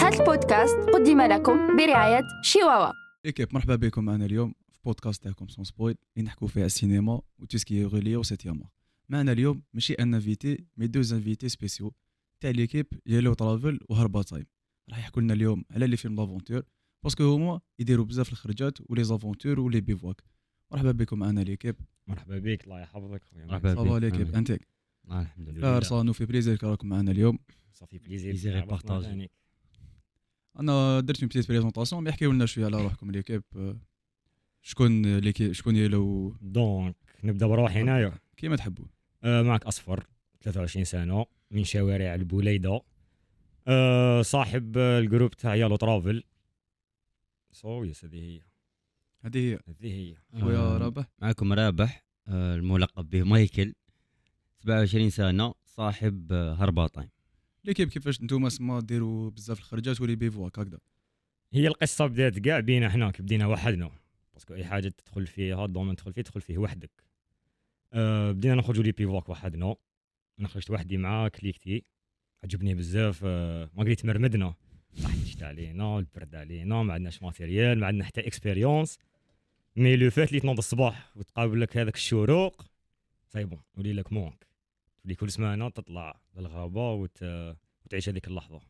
هذا البودكاست قدم لكم برعاية شيواوا. ليكيب مرحبا بكم معنا اليوم في بودكاست تاعكم سون سبويل اللي نحكوا فيها السينما وتسكي غوليه وسيتياما. معنا اليوم ماشي ان انفيتي مي دوز انفيتي سبيسيو تاع ليكيب يلو ترافل وهربا تايم. راح يحكوا لنا اليوم على لي فيلم دافونتور باسكو هما يديروا بزاف الخرجات ولي زافونتور ولي بيفواك. مرحبا بكم معنا ليكيب. مرحبا بك الله يحفظك. مرحبا بك ليكيب انت. الحمد لله راه نو في بليزير راكم معنا اليوم. صافي بليزير بارطاج. انا درت بيتيت بريزونطاسيون مي حكيوا لنا شويه على روحكم ليكيب. شكون ليكيب شكون يلو دونك نبدا بروحي هنايا كيما تحبوا. معك اصفر 23 سنه من شوارع البوليده. صاحب الجروب تاع يالو ترافل. يس هذه هذه هي خويا رابح. معكم رابح الملقب به مايكل 27 سنه صاحب هربا تايم. ليكيب كيفاش نتوما سما ديروا بزاف الخرجات ولي بيفواك هكذا؟ هي القصه بدات كاع بينا حنا كي بدينا وحدنا باسكو اي حاجه تدخل فيها الدومين تدخل فيه وحدك. بدينا نخرجوا لي بيفواك وحدنا. انا خرجت وحدي مع كليكتي عجبني بزاف. ما قريت مرمدنا طاحت الشتا علينا البرد علينا ما عندناش ماتيريال ما عندنا حتى اكسبيريونس. مي لو فات اللي تنوض الصباح وتقابل لك هذاك الشروق صاي بون ولي لك مونك تولي كل سمانه تطلع للغابه وتعيش هذيك اللحظه.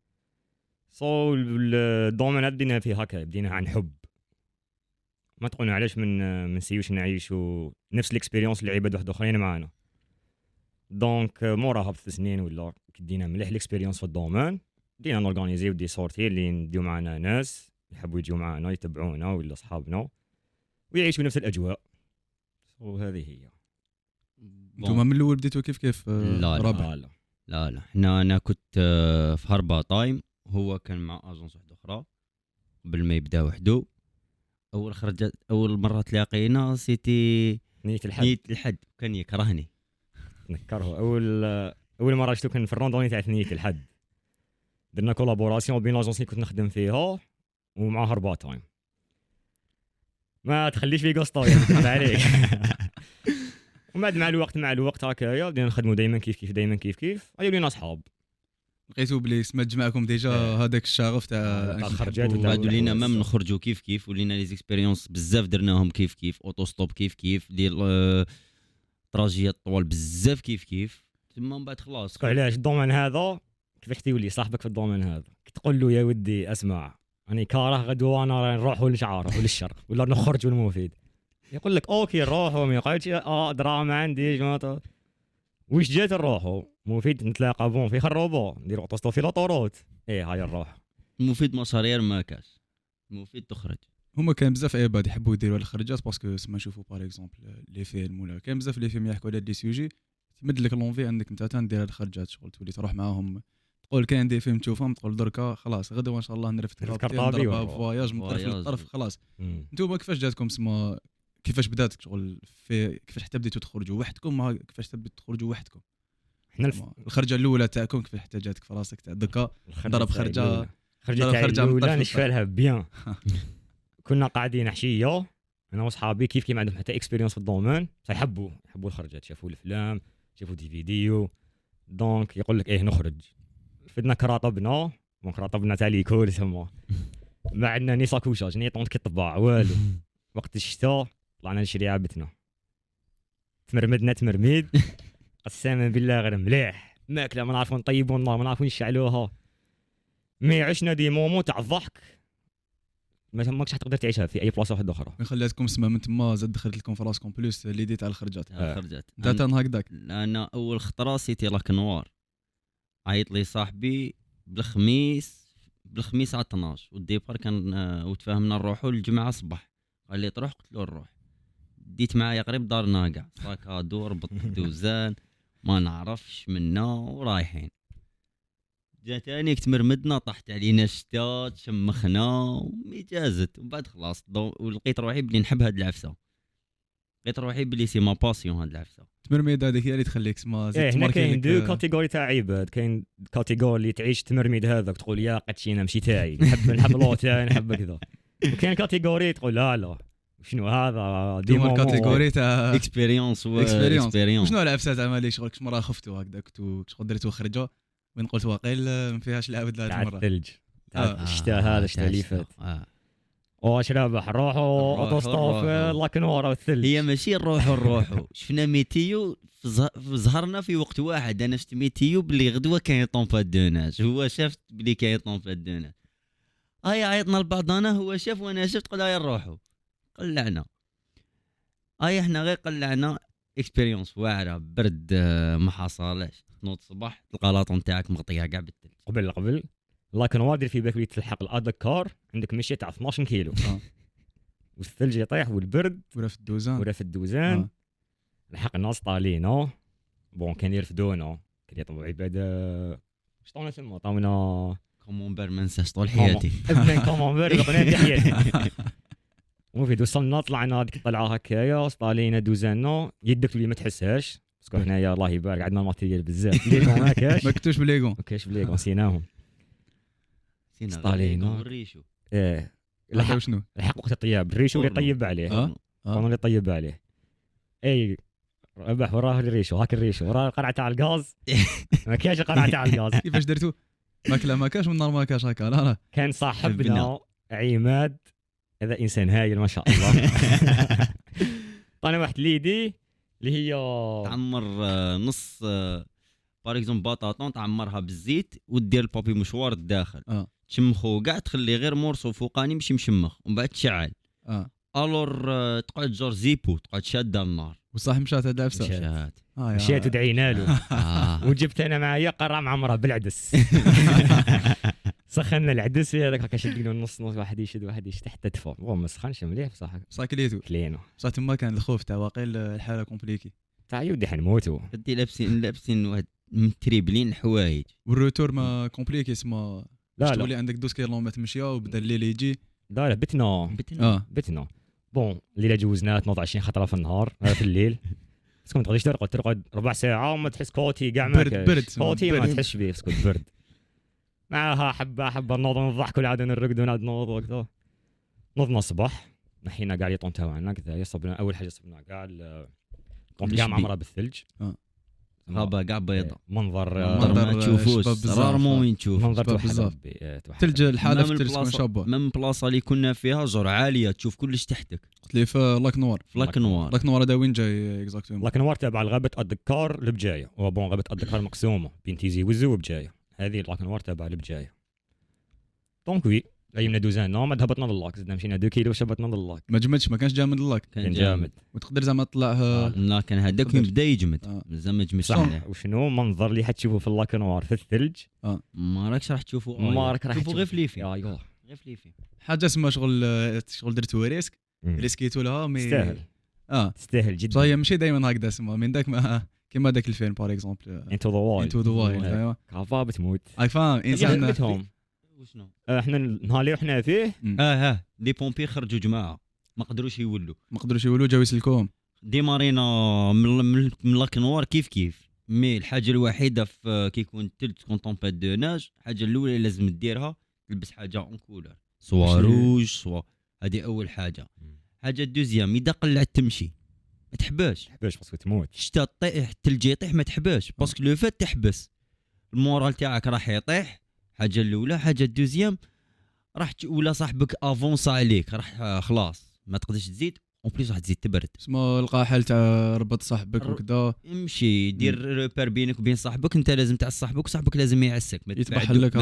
الدومين هذا بدينا فيه هكا بدينا عن حب ما تقولنا علاش من سيوش نعيشوا نفس الاكسبيريونس اللي عباد واحد اخرين معانا. دونك موراها ب3 سنين ولا كدينا مليح الاكسبيريونس في الدومين بدينا نورغانيزيو دي سورتي اللي نديو معنا ناس يحبوا يجوا معنا يتبعونا ولا اصحابنا ويعيشوا نفس الاجواء. وهذه هي. نتوما من الاول بديتوا كيف رابح؟ لا انا كنت في هربا تايم هو كان مع اجونس واحده اخرى قبل ما يبدا وحده. اول مره تلاقينا سيتي نية الحد كان يكرهني نذكره اول مره شفتو كان في الروندوني تاع نية الحد. درنا كولابوراسيون بين لاجونس اللي كنت نخدم فيها ومع هربا تايم. ما تخليش في قسطه عليك. ومن مع الوقت هكايا بدينا نخدموا دائما كيف ولينا اصحاب. لقيتوا بلي سما تجمعكم ديجا هذاك الشغف تاع الخرجات وبعد ولينا ما نخرجوا كيف ولينا لي زيكسبيريونس بزاف درناهم كيف اوتو ستوب كيف ديال تراجيات طوال بزاف كيف ثم من بعد خلاص. علاش الدومين هذا كيفاش تولي صاحبك في الدومين هذا كي تقول له يا ودي اسمع راني كاره غدوه انا نروحوا للشعار وللشرق ولا نخرجوا المفيد يقول لك اوكي نروحوا ما يقولش دراهم عندي جماعه واش جات نروحوا مفيد نتلاقى بون في خروبه نديروا اوتوستوب في لاطوروت هاي نروح مفيد مشارير ما كاش مفيد تخرج. هما كان بزاف عباد يحبوا يديروا الخرجات باسكو سما نشوفوا باغ اكزومبل لي فيلم ولا كان بزاف لي فيلم يحكوا على دي سوجي تمد لك لونفي انك انت تندير هاد الخرجات شغل تولي تروح معاهم تقول كاين دي فيلم تشوفهم تقول دركا خلاص غدوه ان شاء الله نرفد كارطابي فواياج من طرف للطرف خلاص. نتوما كيفاش جاتكم سما كيفاش بدات شغل كيفاش حتى بديتوا تخرجوا وحدكم كيفاش تبديتوا تخرجوا وحدكم حنا الخرجه الاولى تاعكم كيفاش حتى جاتك في راسك تاع دكا ضرب خرجه الاولى نشفى لها بيان. كنا قاعدين عشيه انا وصحابي كيف ما عندهم حتى اكسبيريونس في الدومين يحبوا الخرجات شافوا الافلام شافوا دي فيديو دونك يقول لك نخرج فدنا كراطبنا تاع ليكول ثم ما عندنا ني ساكوشاج ني طونط كطباع والو. وقت الشتاء طلعنا نشري عابتنا تمرمدنا تمرميد قسما بالله غير مليح ماكله ما نعرفوا نطيبوا النار ما نعرفوا نشعلوها. مي عشنا دي مومو تاع الضحك ما ماكش حتقدر تعيشها في اي بلاصه واحده اخرى. من خلاتكم سما من تما زاد دخلت لكم في راسكم بلوس ليدي تاع الخرجات. انت أنا هكذاك. انا اول خطره سيتي لاك نوار عيط لي صاحبي بالخميس على 12 والديبار كان وتفاهمنا نروحوا الجمعه الصباح قال لي تروح قلت له نروح ديت معايا قريب دارنا كاع صاكا دور بالدوزان ما نعرفش منا ورايحين جا تاني تمرمدنا طحت علينا الشتا تشمخنا ومي جازت ومن بعد خلاص ولقيت روحي بلي نحب هاد العفسه لقيت روحي بلي سي ما باسيون هاد العفسه. تمرميد هذيك هي اللي تخليك سما زيد تمركز. كاين دو كاتيجوري تاع عباد كاين كاتيجوري اللي تعيش تمرميد هذاك تقول يا قدشينا ماشي تاعي نحب لو تاعي نحب كذا. وكاين كاتيجوري تقول لا شنو هذا ديما الكاتيجوري تاع اكسبيريونس شنو العفسه زعما اللي شغلك مرة خفتوا هكذاك شغل درتو خرجه وين قلت واقيل ما فيهاش العبد لهاد المره الثلج تاع الشتاء هذا الشتاء اللي فات واش رابح روحو نروحو. اوتوستوب لاكنوار والثلج. هي ماشي نروحو شفنا ميتيو ظهرنا في وقت واحد. انا شفت ميتيو بلي غدوه كاين طومباد دو ناج، هو شاف بلي كاين طومباد دو ناج. عيطنا لبعضنا، هو شاف وانا شفت، قلنا نروحو قلعنا. احنا غير قلعنا. اكسبيريونس واعره، برد ما حصلش. تنوض الصباح تلقى لاطون تاعك مغطيه كاع بالثلج. قبل لاكنوار دير في بالك اللي تلحق الادكار عندك مشي تاع 12 كيلو والثلج يطيح والبرد ولا في الدوزان ولا في الدوزان. لحقنا سطالينا بون كان يرفدونا، كان يطلبوا عباده شطونا ثم طاونا كومونبير ما ننساش طول حياتي. ابن كومونبير بقنا حياتي. وفي وصلنا طلعنا هذيك الطلعه هكايا سطالينا دوزانا يدك اللي ما تحسهاش باسكو حنايا الله يبارك عندنا الماتيريال بزاف. ليغون ما كاش ما كنتوش بليغون ما كاش بليغون نسيناهم. سطالينا الريشو لحق شنو الحق وقت الطياب الريشو اللي طيب عليه كانوا اللي طيب عليه. اي ربح وراه الريشو هاك الريشو وراه القرعه تاع الغاز. ما كاش القرعه تاع الغاز. كيفاش درتو ماكله ما كاش والنار ما كاش هكا لا كان صاحبنا عماد هذا انسان هايل ما شاء الله. طاني واحد ليدي اللي هي تعمر نص بار اكزومبل بطاطا تعمرها بالزيت ودير البابي مشوار الداخل تشمخو كاع تخلي غير مورسو فوقاني ماشي مشمخ ومن بعد تشعل الور تقعد جور زيبو تقعد شاده النار. وصح مشات هذا عفسه مشيت ودعينا له وجبت انا معايا قرع معمره بالعدس. سخنا العدس هذاك هكا شد له نص واحد يشد حتى تفو بون ما سخنش مليح بصح كليتو كلينو بصح تما كان الخوف تاع واقيل الحاله كومبليكي تاع يودي حنموتوا. بدي لابسين واحد متريبلين حوايج والروتور ما كومبليكي اسمه لا تولي عندك 12 كيلومتر مشيه وبدا الليل يجي. لا بتنا بون الليله جوزناها تنوض 20 خطره في النهار في الليل. بس كنت تغاديش ترقد ربع ساعه وما تحس كوتي كاع ما برد كوتي ما تحسش به باسكو البرد معاها حبه نوض نضحكوا العاده نرقدوا نعاد نوض وقتها. نوضنا الصباح نحينا كاع لي طون تاعنا كذا صبنا اول حاجه صبنا كاع كونت كاع معمره بالثلج غابه كاع بيضاء منظر ما تشوفوش رارمون وين تشوف منظر بزاف ثلج الحاله في الثلج تكون شابه. من البلاصه اللي كنا فيها جور عاليه تشوف كلش تحتك. قلت لي في لاكنوار لاكنوار هذا وين جاي اكزاكتومون؟ لاكنوار تابع لغابه الدكار لبجايه وبون غابه الدكار مقسومه بين تيزي وزو وبجايه. هذه لاكنوار تابع لبجايه. دونك وي ايامنا دوزانا ما هبطنا لللاك زدنا مشينا 2 كيلو هبطنا لللاك. ما جمدش ما كانش جامد اللاك كان جامد وتقدر زعما تطلع لا كان هذاك من بدا يجمد زعما جمد صح. وشنو منظر اللي حتشوفه في اللاكنوار في الثلج ما راكش راح تشوفوا ما راك راح تشوفوا غير فليفي ايوا غير فليفي حاجه اسمها شغل درتو ريسك ريسكيتو لها مي تستاهل تستاهل جدا. صاير ماشي دائما هكذا اسمها من داك ما كيما داك الفيلم بار اكزومبل انتو ذا وايلد ايوا كافا بتموت فاهم انسان وشنو احنا النهار اللي حنا فيه لي بومبي خرجوا جماعه ما قدروش يولوا جاو يسلكوهم ديمارينا من لاكنوار كيف مي الحاجه الوحيده في كي يكون الثلج تكون طومباد دو ناج الحاجه الاولى اللي لازم ديرها تلبس حاجه اون كولور سوا روج سوا هذه اول حاجه دوزيام اذا قلعت تمشي ما تحباش باسكو تموت شتا طيح الثلج يطيح ما تحباش باسكو لو فات تحبس المورال تاعك راح يطيح. حاجه الاولى حاجه دوزيام راح ولا صاحبك افونس عليك راح خلاص ما تقدرش تزيد اون بليس راح تزيد تبرد اسمه القاحل تاع ربط صاحبك وكذا امشي دير روبير بينك وبين صاحبك انت لازم تعس صاحبك وصاحبك لازم يعسك ما يتبحر لك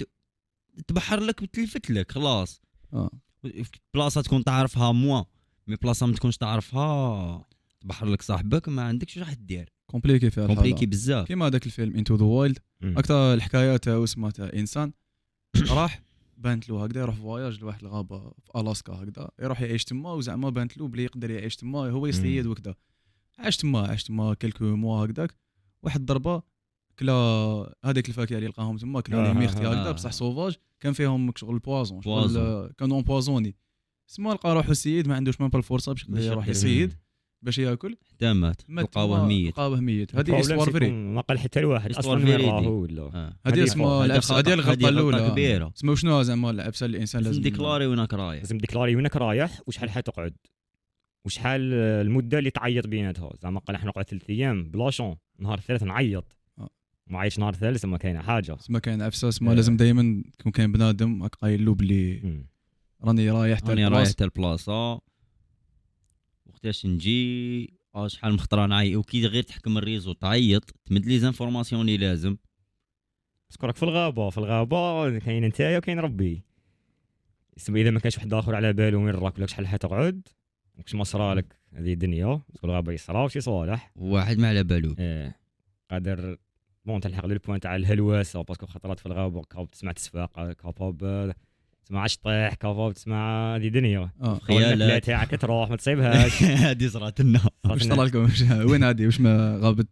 تبحر لك تلفت لك خلاص في بلاصه تكون تعرفها مي بلاصه ما تكونش تعرفها تبحر لك صاحبك ما عندكش راح دير كومبليكي فيها كومبليكي بزاف كيما هذاك الفيلم انتو ذا وايلد اكثر الحكايه تاع اسمها تاع انسان راح بانت له هكذا يروح فواياج لواحد الغابه في الاسكا هكذا يروح يعيش تما وزعما بانت له بلي يقدر يعيش تما هو يصيد وكذا عاش تما كلكو موا هكذاك واحد ضربه كلا هذيك الفاكهه اللي لقاهم تما كلا لي ميختي هكذا بصح سوفاج كان فيهم شغل بوازون كانوا امبوازوني سما لقى روحو السيد ما عندوش ميم الفرصه باش يروح يصيد باش ياكل حتى مات لقاوه ميت هذه استوار فري ما قال حتى لواحد اصلا راهو ولا هذه اسمها العفسه هذه الغلطه الاولى اسمه شنو زعما العفسه الانسان لازم ديكلاري وينك رايح وشحال حتقعد وشحال المده اللي تعيط بيناتها زعما قال احنا نقعد 3 ايام بلاشون نهار 3 نعيط ما عايش نهار ثالث ما كاينه حاجه. ما كاين عفسه، ما لازم دائما يكون كاين بنادم هاك قايل له بلي راني رايح حتى البلاصه وقتاش نجي شحال مخطره نعيط، وكي غير تحكم الريزو تعيط تمد لي زانفورماسيون اللي لازم. تذكرك في الغابه كاين نتايا وكاين ربي. يسمى اذا ما كانش واحد اخر على باله وين راك ولا شحال حتقعد واش ما صرالك هذه الدنيا في الغابه يصراو شي صوالح واحد ما على بالو. قادر بون تلحق للبوان تاع الهلوسه باسكو خطرات في الغابه كاباب تسمع تسفاق كاباب تسمع عش طيح كاباب تسمع هذه دنيا خيالات تاعك تروح ما تصيبهاش. هذه صرات لنا واش طلع لكم وين هذه واش ما غابه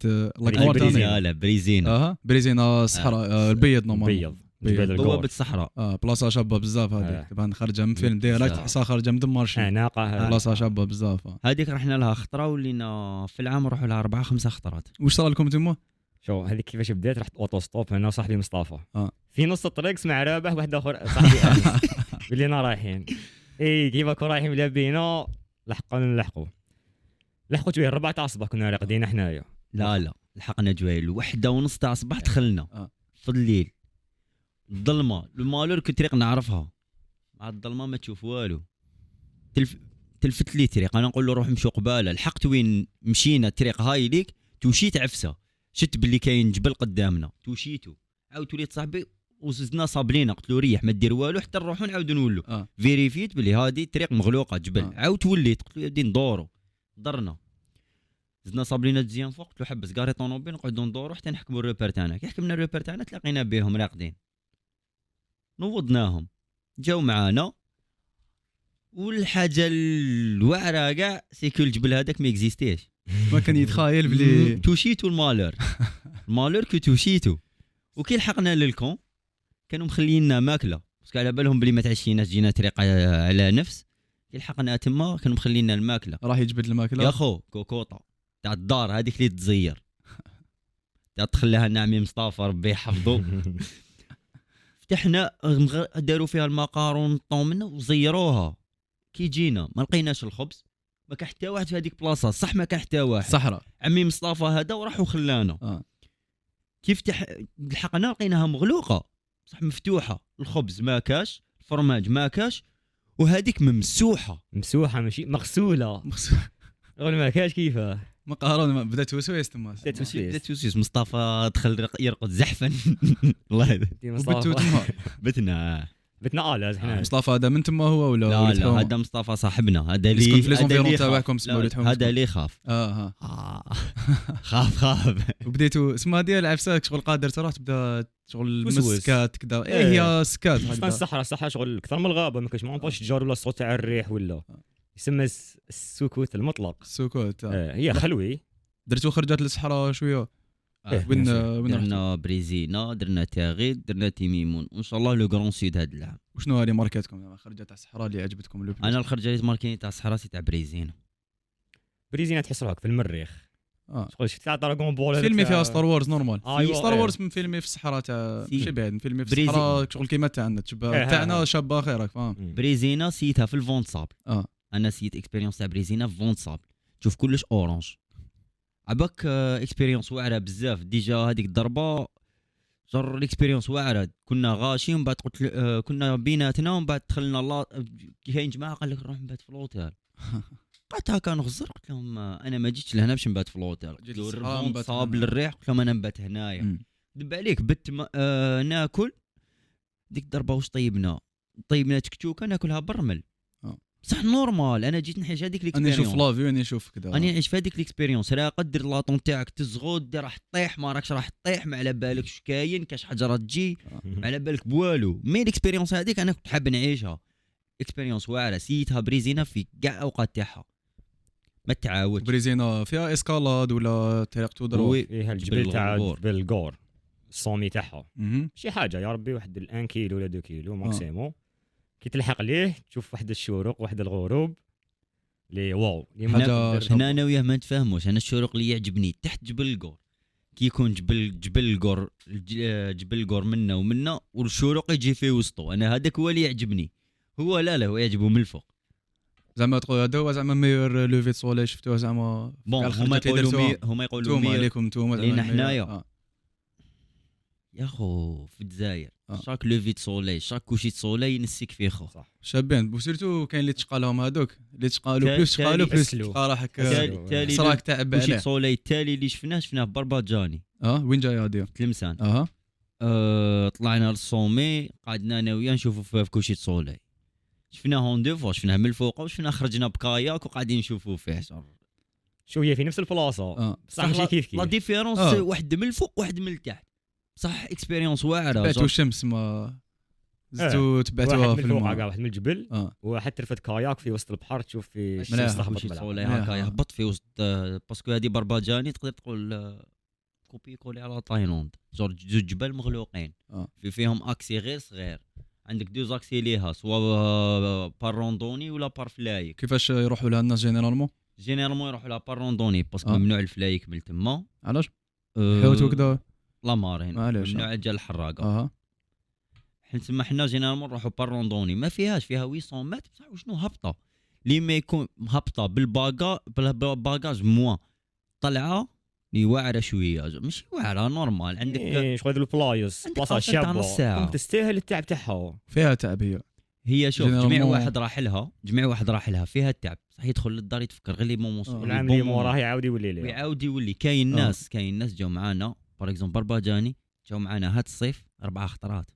بريزينا الصحراء البيض نورمال بوابه الصحراء بلاصه شابه بزاف هذيك تبان خارجه من فيلم ديريكت حصا خارجه من دمارشي ناقه بلاصه شابه بزاف. هذيك رحنا لها خطره ولينا في العام نروحوا لها 4-5 خطرات. واش صار لكم نتوما؟ شو هذيك كيفاش بدات؟ رحت اوتو ستوب انا وصاحبي مصطفى في نص الطريق سمع رابح واحد اخر صاحبي قال لنا رايحين كيفاش رايحين بلا بينا لحقوا جويه 4 تاع الصباح كنا راقدين حنايا. لا لحقنا جويه 1:30 تاع الصباح دخلنا في الليل الظلمه المالور كطريق نعرفها مع الظلمه ما تشوف والو. تلفت لي طريق انا نقول له روح مشوا قباله. لحقت وين مشينا الطريق هاي ليك توشيت عفسه شت باللي كاين جبل قدامنا توشيتو عاود وليت صاحبي وززنا صابلينا قلت له ريح ما دير والو حتى نروحوا نعاودوا نولوا فيريفيت باللي هذه الطريق مغلوقه جبل عاود وليت قلت له يدي ندورو درنا زدنا صابلينا تزيان فوق قلت له حبس كاري طونوبيل نقعدوا ندوروا حتى نحكموا الروبير تاعنا. كي حكمنا الروبير تاعنا تلاقينا بهم راقدين نوضناهم جاو معانا. والحاجه الواعره كاع سيكو الجبل هذاك ما اكزيستيش ما كان يتخايل بلي توشيتو المالور كو توشيتو. وكي لحقنا للكون كانوا مخلينا ماكله باسكو على بالهم بلي ما تعشيناش جينا طريق على نفس. كي لحقنا تما كانوا مخلينا الماكله راح يجبد الماكله يا خو كوكوطه تاع الدار هذيك اللي تزير تاع تخليها نعمي مصطفى ربي يحفظو. فتحنا داروا فيها المقارون طومنا وزيروها. كي جينا ما لقيناش الخبز ما كان حتى واحد في هذيك بلاصه صح ما كان حتى واحد صحراء عمي مصطفى هذا وراح وخلانا كيف لحقنا لقيناها مغلوقه صح مفتوحه. الخبز ما كاش الفرماج ما كاش وهذيك ممسوحه ماشي مغسوله غير ما كاش كيفاه مقارون بدات توسويس تما مصطفى دخل يرقد زحفا الله وبتو تما بتنا لا حنا مصطفى هذا من تما هو ولا لا هذا مصطفى صاحبنا هذا هذا اللي خاف خاف وبديتوا اسمها ديال العفسه شغل قادر تروح تبدا شغل مسكات كذا هي سكات الصحراء شغل اكثر من الغابه ما كاينش ما عمرش تجار ولا الصوت تاع الريح ولا يسمى السكوت المطلق السكوت هي خلوي. درتوا خرجات للصحراء شويه وين درنا بريزينا درنا تاغيد درنا تيميمون وان شاء الله لو غران سود هذا العام. وشنو هذه ماركاتكم خرجات تاع الصحراء اللي عجبتكم؟ انا الخرجه اللي ماركيني تاع الصحراء تاع بريزينا تحس روحك في المريخ شغل شفت تاع دراغون بول فيلمي فيها ستار وورز نورمال ستار وورز من فيلمي في الصحراء تاع ماشي بعيد فيلمي في الصحراء شغل كيما تاعنا تشبه تاعنا شابه خيرك فاهم. بريزينا سيتها في الفونت صابل انا سيت اكسبيريونس تاع بريزينا في فونت صابل تشوف كلش اورانج عباك اكسبيريونس واعره بزاف. ديجا هذيك الضربه جر الاكسبيريونس واعره كنا غاشي ومن بعد قلت كنا بيناتنا ومن بعد دخلنا الله كاين جماعه قال لك نروح نبات في الاوتيل قلت هكا نغزر قلت لهم انا ما جيتش لهنا باش نبات في الاوتيل قلت له صاب للريح قلت لهم انا نبات هنايا دب عليك بت ناكل ديك الضربه واش طيبنا تكتوكه ناكلها برمل صح نورمال. انا جيت نحيش هذيك الاكسبيريونس انا نشوف لافيو انا نشوف كذا انا نعيش في هذيك الاكسبيريونس راه قدر لاطون تاعك تزغود راح تطيح ما راكش راح تطيح ما على بالك واش كاين كاش حجره تجي ما على بالك بوالو. مي الاكسبيريونس هذيك انا كنت حاب نعيشها اكسبيريونس واعره سيتها بريزينا في كاع اوقات تاعها ما تعاودش. بريزينا فيها اسكالاد ولا طريق تودرو فيها الجبل تاع جبل الكور الصومي تاعها شي حاجه يا ربي واحد 1 كيلو ولا 2 كيلو ماكسيموم. كي تلحق ليه تشوف واحد الشروق واحد الغروب لي واو هنا انا وياه ما نتفاهموش. انا الشروق اللي يعجبني تحت جبل الكور كي يكون جبل الكور منا ومنا والشروق يجي في وسطه انا هذاك هو اللي يعجبني. هو لا هو يعجبه من الفوق زعما تقول هذا هو زعما ميور لوفي سولي شفتوه زعما هما يقولوا عليكم نتوما لينا حنايا يا خو في الجزائر آه. شاك لوفي سولي شاك كوشي سولي ينسيك فيه خو. صح. شابين وسيرتو كاين اللي تشقالهم هذوك اللي تشقالوا تالي- بلوس تشقالوا بلوس أسلو. تلقى راحك تالي صراك تعب كوشي عليه. سولي التالي اللي شفناه في برباجاني وين جاي هادي؟ في تلمسان. طلعنا للصومي قعدنا انا وياه نشوفوا في كوشي سولي شفناه هون دو فوا شفناه من الفوق وشفنا خرجنا بكاياك وقاعدين نشوفوا فيه شو هي في نفس البلاصه بصح ماشي كيف لا كيف. ديفيرونس واحد من الفوق واحد من التحت صح اكسبيريونس واعره. تبعتوا الشمس ما زدتوا تبعتوها واحد في من فوق الماء. كاع واحد من الجبل وحتى ترفد كاياك في وسط البحر تشوف في ملاح. كوشي سولي هكا يهبط في وسط باسكو هذه برباجاني تقدر تقول كوبي كولي على تايلاند زوج جبال مغلوقين فيهم اكسي غير صغير عندك دوز اكسي ليها سوا بار روندوني ولا بار فلايك. كيفاش يروحوا لها الناس جينيرالمون يروحوا لها بار روندوني باسكو ممنوع الفلايك من تما. علاش حيوت وكذا لا مارين علاش ممنوع جا الحراقه. حنا جينيرالمون نروحوا بار روندوني ما فيهاش فيها 800 متر بصح وشنو هبطه لي ما يكون هبطه بالباجاج موان طلعه لي واعره شويه ماشي واعره نورمال عندك شغل البلايص بلاصه شابه تستاهل التعب تاعها فيها تعب هي شوف جميع واحد راح لها فيها التعب صح يدخل للدار يتفكر غير لي مومون العام اللي موراه يعاود يولي كاين ناس جاو معانا بار اكزومبل برباجاني جاو معانا هاد الصيف 4 خطرات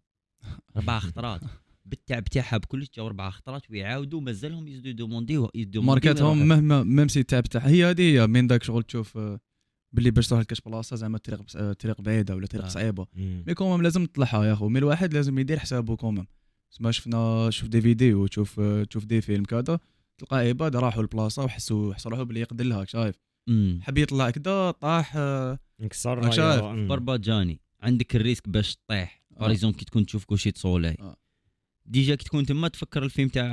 بالتعب تاعها بكلش جاو 4 خطرات ويعاودوا مازالهم يزيدوا يدومونديو ماركاتهم مهما ميمسي التعب تاعها هي هذه من داك شغل تشوف باللي باش تروح لكاش بلاصه زعما طريق بعيده ولا طريق صعيبه مي كومام لازم تطلعها يا خو مي الواحد لازم يدير حسابه كومام ما شوف دي فيديو تشوف دي فيلم كذا تلقى عباد راحوا البلاصه وحسوا روحوا بلي يقدر لها شايف حب يطلع كذا طاح انكسر شايف برباجاني عندك الريسك باش تطيح بار اكزومبل كي تكون تشوف كوشي سولي ديجا كي تكون تما تفكر الفيلم تاع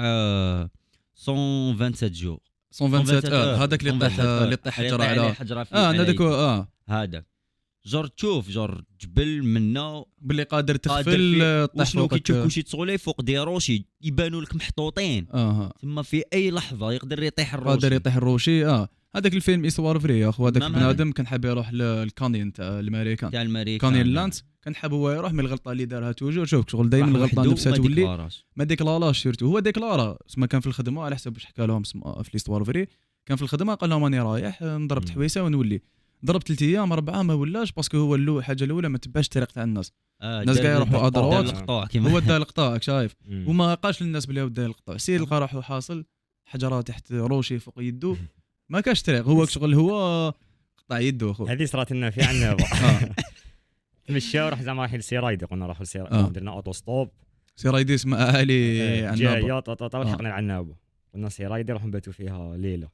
127 جور 127 هذاك اللي طيح حجره على هذاك هذا جور تشوف جبل منا باللي قادر تخفل طيح شنو كي تشوف كلشي تسولي فوق دي روشي يبانوا لك محطوطين ثم في اي لحظه يقدر يطيح الروشي هذاك الفيلم اسوار فري يا اخو هذاك بنادم كان حاب يروح للكانيون تاع الامريكان كانيون لاندز كان حاب هو يروح من الغلطه اللي دارها توجور شوف شغل دائما الغلطه نفسها تولي ما ديكلاراش سيرتو هو ديكلارا اسمه كان في الخدمه على حسب واش حكى لهم في ليستوار فري كان في الخدمه قال لهم راني رايح نضرب حويسه ونولي ضرب 3 ايام 4 ما ولاش باسكو هو الحاجه الاولى ما تباش الطريق تاع الناس الناس كاع يروحوا ادروات هو دا القطاع شايف وما قالش للناس بلي دا القطاع سير لقى راحوا حاصل حجره تحت روشي فوق يدو ما كاش طريق هو شغل هو قطع يدو اخو هذه صرات لنا في عنا تمشى وراح زعما رايحين لسيرايدي قلنا نروحوا لسيرايدي درنا اوتو ستوب سيرايدي اسمها اهالي جايه طاطا لحقنا العنابه قلنا سيرايدي نروحوا نباتوا فيها ليله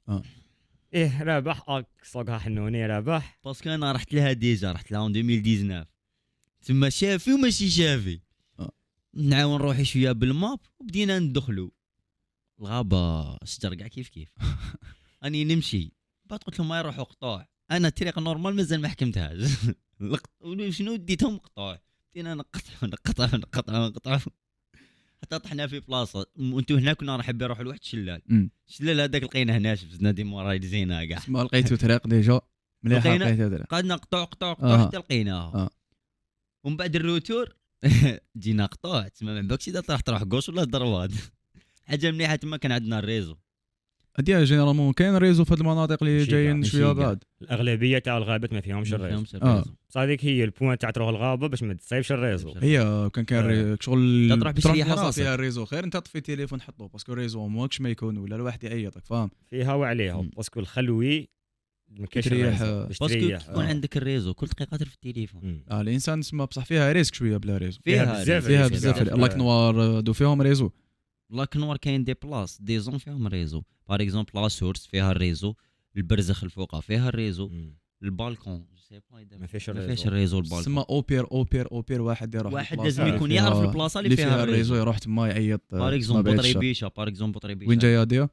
رابح سوقها حنوني رابح باسكو انا رحت لها ديجا رحت لها 2019 ثم شافي وماشي شافي نعاون روحي شويه بالماب وبدينا ندخلوا الغابه الشجر كاع كيف اني نمشي بعد قلت لهم ما يروحوا قطوع انا طريق نورمال مازال ما حكمتهاش شنو ديتهم قطوع بدينا نقطع حتى طحنا في بلاصه وانتو هنا كنا راح نروحوا لواحد الشلال هذاك لقيناه ناشف زنادي موراي زينه كاع ما لقيتو طريق ديجا مليحه لقيتو طريق قعدنا قطوع حتى لقيناها ومن بعد الروتور جينا قطوع تما ما عباكش اذا تروح كوش ولا دروات حاجه مليحه تما كان عندنا الريزو هادي جينيرالمون كاين ريزو في المناطق اللي جايين شويه بعد الاغلبيه تاع الغابات ما فيهمش الريزو صادق هي البوان تاع تروح الغابه باش ما تصايبش الريزو هي كان شغل تروح بسريحه فيها الريزو خير انت طفي تليفون حطه باسكو الريزو ماكش ما يكون ولا الواحد يعيطك فاهم فيها وعليها باسكو الخلوي ما كاينش باسكو تكون عندك الريزو كل دقيقه في التليفون الانسان تسمى بصح فيها ريسك شويه بلا ريزو فيها بزاف لاك نوار دو فيهم ريزو لاك نوار كاين دي بلاص دي زون فيهم ريزو بار اكزومبل لا سورس فيها الريزو البرزخ الفوقه فيها الريزو البالكون ما فيش الريزو البالكون تسمى اوبير واحد يروح واحد لازم يكون يعرف البلاصه اللي فيها الريزو يروح تما يعيط بار اكزومبل بطريبيشه وين جايه هاديه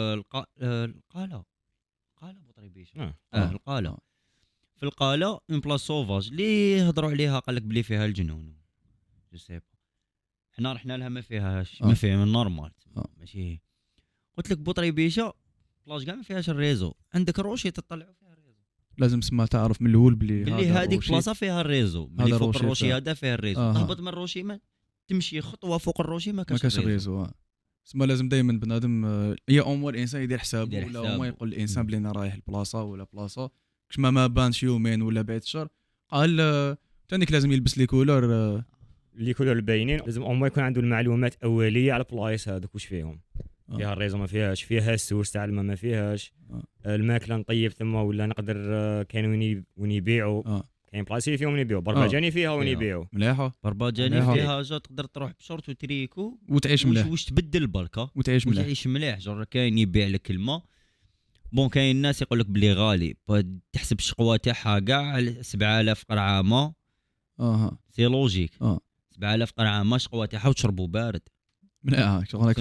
القاله بطريبيشه القاله في القاله اون بلاص سوفاج اللي هضروا عليها قال لك بلي فيها الجنون جو سي حنا رحنا لها ما فيهاش ما فيها من نورمال ماشي قلت لك بطريبيشه بلاص كاع ما فيهاش الريزو عندك روشي تطلعوا فيها الريزو لازم تسمى تعرف من الاول بلي باللي هذيك بلاصه فيها الريزو، باللي فوق الروشي الروشي فيها. هذا فيه الريزو، تهبط من الروشي ما تمشي خطوه فوق الروشي ما كاش الريزو. تسمى لازم دائما بنادم هي اول الانسان يدير حسابه يدير ولا حسابه. هما يقول الانسان بلي انا رايح لبلاصه ولا بلاصه كش ما بانش يومين ولا بعد شهر قال تانيك لازم يلبس لي كولور اللي كلهم الباينين. لازم ما يكون عنده المعلومات اوليه على البلايص هذوك واش فيهم. فيها الريزو ما فيهاش، فيها السورس تاع الماء ما فيهاش، الماكله نطيب ثم ولا نقدر كاين وين يبيعوا. كاين بلاصي فيهم وين يبيعوا، برباجاني فيها وين يبيعوا مليحه، برباجاني فيها جا تقدر تروح بشورت وتريكو وتعيش مليح واش تبدل بركه وتعيش مليح. جر كاين يبيع لك الماء بون، كاين الناس يقول لك بلي غالي تحسب الشقوه تاعها كاع 7000 قرعه ماء. سي لوجيك 7000 قرعه ماء شقوه تاعها وتشربوا بارد مليحه. شغلك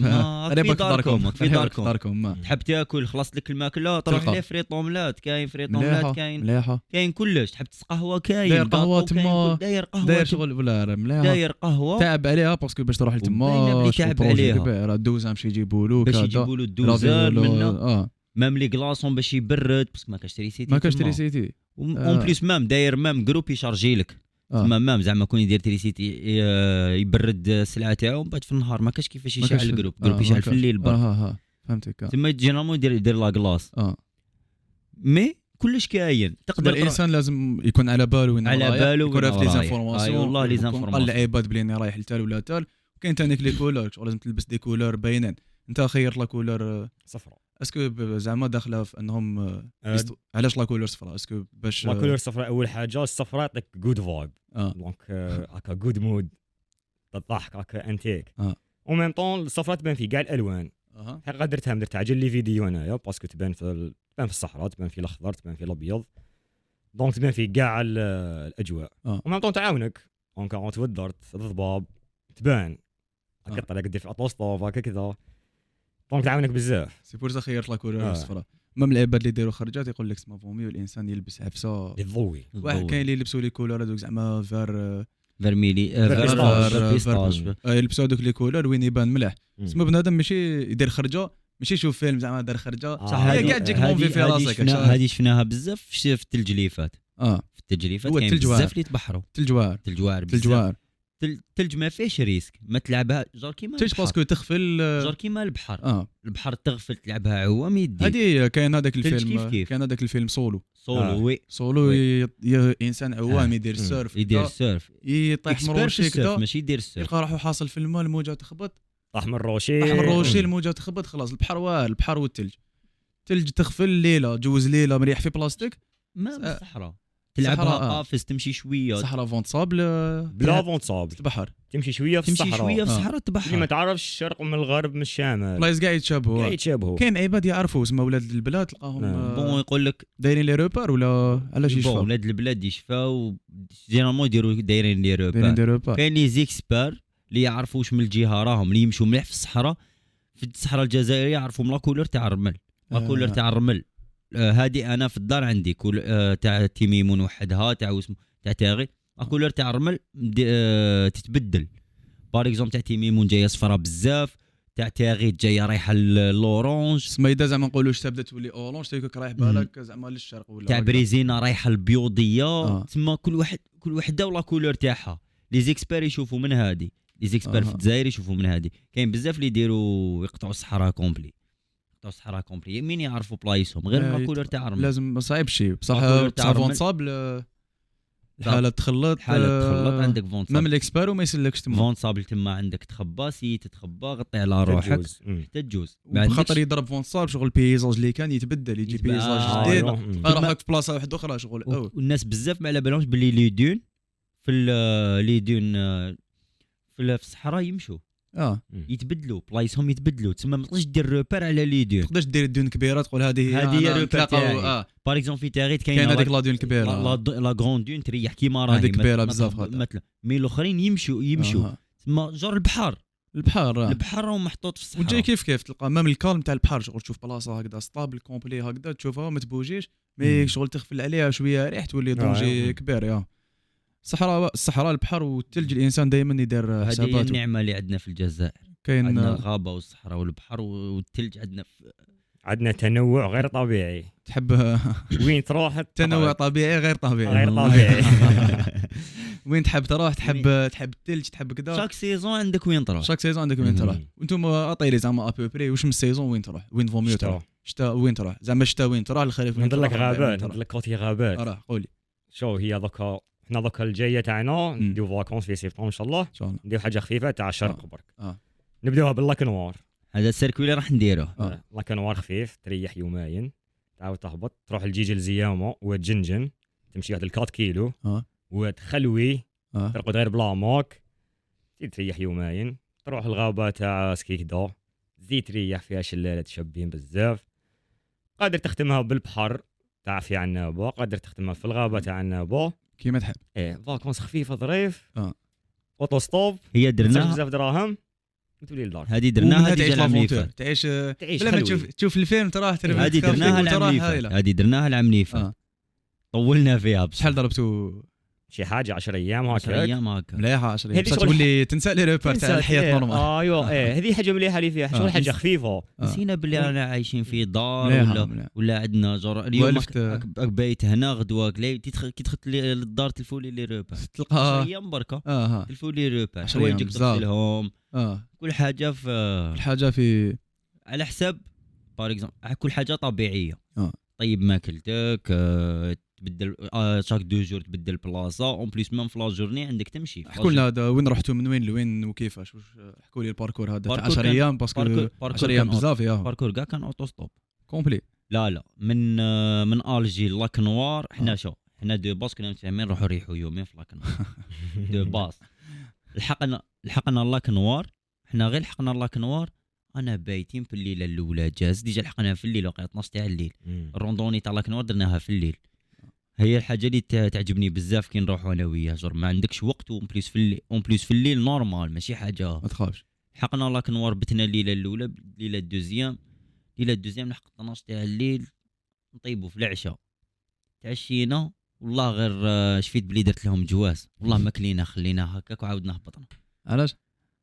في داركم تحب تاكل خلصت لك الماكله تروح لي فريط اوملات، كاين فريط اوملات، كاين كلش. تحب قهوه كاين، داير قهوه تما، داير قهوه داير شغل ولا مليحه، داير قهوه تعب عليها باسكو باش تروح لتما تعب عليها راه الدوزه باش يجيبوا له باش يجيبوا له الدوزان منا مام لي كلاصون باش يبرد باسكو ما كاش تريسيتي اون بليس مام داير مام جروب يشارجي لك تما مام زعما كون يدير تريسيتي يبرد السلعه تاعو بعد في النهار ما كاش كيفاش يشعل الجروب يشعل في الليل برك فهمتك. تما جينيرالمون يدير لا كلاص مي كلش كاين. تقدر الانسان لازم يكون على باله وين رايح، يكون عارف لي زانفورماسيون. والله لي زانفورماسيون قال العباد بلي انا رايح لتال ولا تال. وكاين ثاني لي كولور لازم تلبس دي كولور باينين. انت خيرت لا كولور صفراء اسكو زعما داخله في انهم علاش لا كولور صفراء؟ اسكو باش لا كولور صفراء اول حاجه الصفراء تعطيك جود فايب دونك هكا جود مود تضحك هكا انتيك او ميم طون الصفراء تبان في كاع الالوان. حقا درت عجل لي فيديو انايا باسكو تبان في الصحراء، تبان في الاخضر، تبان في الابيض، دونك تبان في كاع الاجواء وميم طون تعاونك دونك اون تودرت الضباب تبان هكا طلع دير في الاطوستوف هكا كذا دونك تعاونك بزاف. سي بور خيرت لا كولور الصفراء. مام العباد اللي يديروا خرجات يقول لك سما فومي والانسان يلبس عفسه يضوي. واحد كاين اللي يلبسوا لي كولور هذوك زعما فيرميلي يلبسوا هذوك لي كولور وين يبان مليح. سما بنادم ماشي يدير خرجه، ماشي يشوف فيلم زعما دار خرجه هي كاع تجيك مونفي في راسك. هذه شفناها بزاف في التلجليفات. في التلجليفات كاين بزاف اللي يتبحروا. تلجوار الثلج ما فيهش ريسك، ما تلعبها جار كيما الثلج باسكو تغفل جار كيما البحر. البحر تغفل تلعبها عوام يدي. هذه كاين هذاك الفيلم كاين هذاك الفيلم سولو وي سولو انسان عوام يدير السيرف يطيح من روشي كذا ماشي يدير السيرف يلقى روحو حاصل في الماء الموجه تخبط طاح من الروشي الموجه تخبط خلاص البحر والثلج تغفل ليله جوز ليله مريح في بلاستيك ما الصحراء تلعبها قافز تمشي شويه صحراء فونت صابل بلا فونت صابل البحر تمشي شويه في الصحراء تبحر اللي ما تعرفش الشرق من الغرب من الشمال بلايص كاع يتشابهوا كاين عباد يعرفوا اسم ولاد البلاد تلقاهم بون يقول لك دايرين لي روبار ولا علاش يشفاو ولاد البلاد يشفاو جينيرالمون يديروا دايرين لي روبار. كاين لي زيكسبير اللي يعرفوا واش من الجهه راهم اللي يمشوا مليح في الصحراء الجزائريه يعرفوا من لا كولور تاع الرمل هذه انا في الدار عندي تاع تيميمون وحدها تاع اسمه تاع تاغي كولور تاع الرمل تتبدل. بار اكزومبل تاع تيميمون جايه صفراء بزاف، تاع تاغي جايه رايحه لورانج، سما اذا زعما نقولوش تبدا تولي اورانج تيكوك رايح بالك زعما للشرق ولا تاع بريزينا رايحه البيوضيه. تما كل وحده ولا كولور تاعها. لي زيكسبير يشوفوا من هذه، لي زيكسبير في الجزائر يشوفوا من هذه. كاين بزاف اللي يديروا يقطعوا الصحراء كومبلي مين يعرفوا بلايصهم غير ما كولور تاع الرمل. لازم صعيب شي بصح فون صابل الحاله تخلط عندك فون صابل مام الاكسبير وما يسلكش تما فون صابل تما عندك تخبى تتخبى غطي على روحك تجوز خاطر يضرب فون صابل شغل بيزاج اللي كان يتبدل يجي بيزاج جديد راحك في بلاصه واحده اخرى شغل والناس بزاف ما على بالهمش باللي لي دون في الصحراء يمشوا يتبدلوا بلايصهم يتبدلوا تسمى ما تقدرش دير روبير على لي دون. تقدرش دير دون كبيره تقول هذه هي روبير تاعي. بار اكزومبل في تاغيت كاين هذيك لا دون كبيره لا غروند دون تريح كيما راهي هذيك كبيره بزاف مثلا مي الاخرين يمشوا تسمى جار البحر راهو محطوط في الصحراء وجاي كيف تلقى مام الكالم تاع البحر شغل تشوف بلاصه هكذا ستابل كومبلي هكذا تشوفها ما تبوجيش مي شغل تغفل عليها شويه ريح تولي دونجي كبير. الصحراء البحر والثلج الانسان دائما يدير حساباته. هذه النعمه اللي عندنا في الجزائر، كاين عندنا الغابه والصحراء والبحر والثلج عندنا عندنا تنوع غير طبيعي. تحب وين تروح تنوع طبيعي غير طبيعي. غير طبيعي. وين تحب تروح؟ تحب الثلج، تحب كذا. شاك سيزون عندك وين تروح. شاك سيزون عندك وين تروح. وانتم اعطي لي زعما ابوبري واش من السيزون وين تروح، وين فوميو تروح. شتاء وين تروح زعما؟ الشتاء وين تروح؟ الخريف وين ندير تروح؟ لك غابات، ندير لك كوتي غابات. راه قولي. شو هي دوكا حنا دوكا الجايه تاعنا نديو فاكونس في سبتمبر ان شاء الله. ان شاء الله نديو حاجه خفيفه تاع الشرق برك. نبداوها باللاك نوار. هذا السيركوي اللي راح نديروه. لاك نوار خفيف، تريح يومين، تعاود تهبط تروح لجيجل زيامه وتجنجن، تمشي واحد 4 كيلو وتخلوي ترقد غير بلا ماك، تريح يومين، تروح الغابه تاع سكيكدا، تزيد تريح فيها شلالات شابين بزاف. قادر تختمها بالبحر تاع في عنابه، قادر تختمها في الغابه تاع عنابه كيما تحب. فاكونس خفيفه ظريف. اوتو ستوب هي درناها بزاف دراهم وتولي للدار. هذه درناها ديجا العام اللي فات. تعيش بلا ما تشوف الفيلم تراه تربح. هذه درناها العام اللي فات. هذه درناها العام اللي فات. طولنا فيها بصح. شحال ضربتوا؟ شي حاجه 10 ايام هكا. 10 ايام هكا. مليحه 10 ايام. تولي تنسى لي ريبار تاع الحياه نورمال. ايوا هذه حاجه مليحه اللي فيها. شغل حاجه خفيفه. نسينا بلي رانا عايشين في دار ولا عندنا جر. اليوم بايت هنا غدوه كي تدخل للدار تلفولي لي ريبار تلقى 10 ايام بركه. تلفولي ريبار حوايجك تغسلهم. كل حاجه في على حساب بار اكزومبل كل حاجه طبيعيه. طيب ماكلتك تبدل شاك 2 جور تبدل بلاصه اون بليس ميم في لا جورني عندك تمشي. حكوا لنا هذا وين رحتوا من وين لوين وكيفاش؟ حكوا لي الباركور هذا تاع 10 ايام باسكو 10 ايام بزاف. الباركور كاع كان اوتو ستوب كومبلي. لا من الجي لاك نوار. حنا شو حنا دو باس كنا متفاهمين نروحوا نريحوا يومين في لاك نوار. دو باس لحقنا لاك نوار. حنا غير لحقنا لاك نوار انا بايتين في الليله الاولى جاز ديجا لحقنا في الليل وقت 12 تاع الليل. الروندوني تاع لاك نوار درناها في الليل. هي الحاجه اللي تعجبني بزاف كي نروحوا انا وياه جور ما عندكش وقت اون بليس في الليل نورمال ماشي حاجه ما تخافش. حقنا لاك نوار بتنا الليله الاولى. الليله الدوزيام لحق 12 تاع الليل نطيبوا في العشاء تعشينا والله غير شفيت بلي درت لهم جواز والله ما كلينا خلينا هكاك وعاودنا هبطنا. علاش؟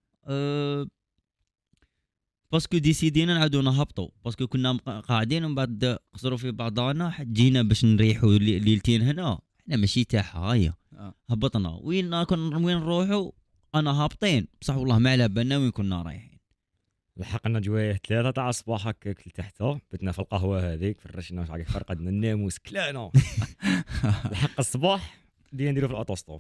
باسكو ديسيدينا نعاودو نهبطوا باسكو كنا قاعدين ومن بعد قصروا في بعضنا جينا باش نريحوا ليلتين هنا. احنا ماشي تاعها هيا هبطنا وين نروحوا انا هابطين بصح والله ما على بالنا وين كنا رايحين. لحقنا جوايه 3 تاع الصباح هكاك لتحت بتنا في القهوه هذيك فرشنا واش عارف فرقدنا الناموس كلانا. لحق الصباح بدينا نديرو في الاوتو ستوب.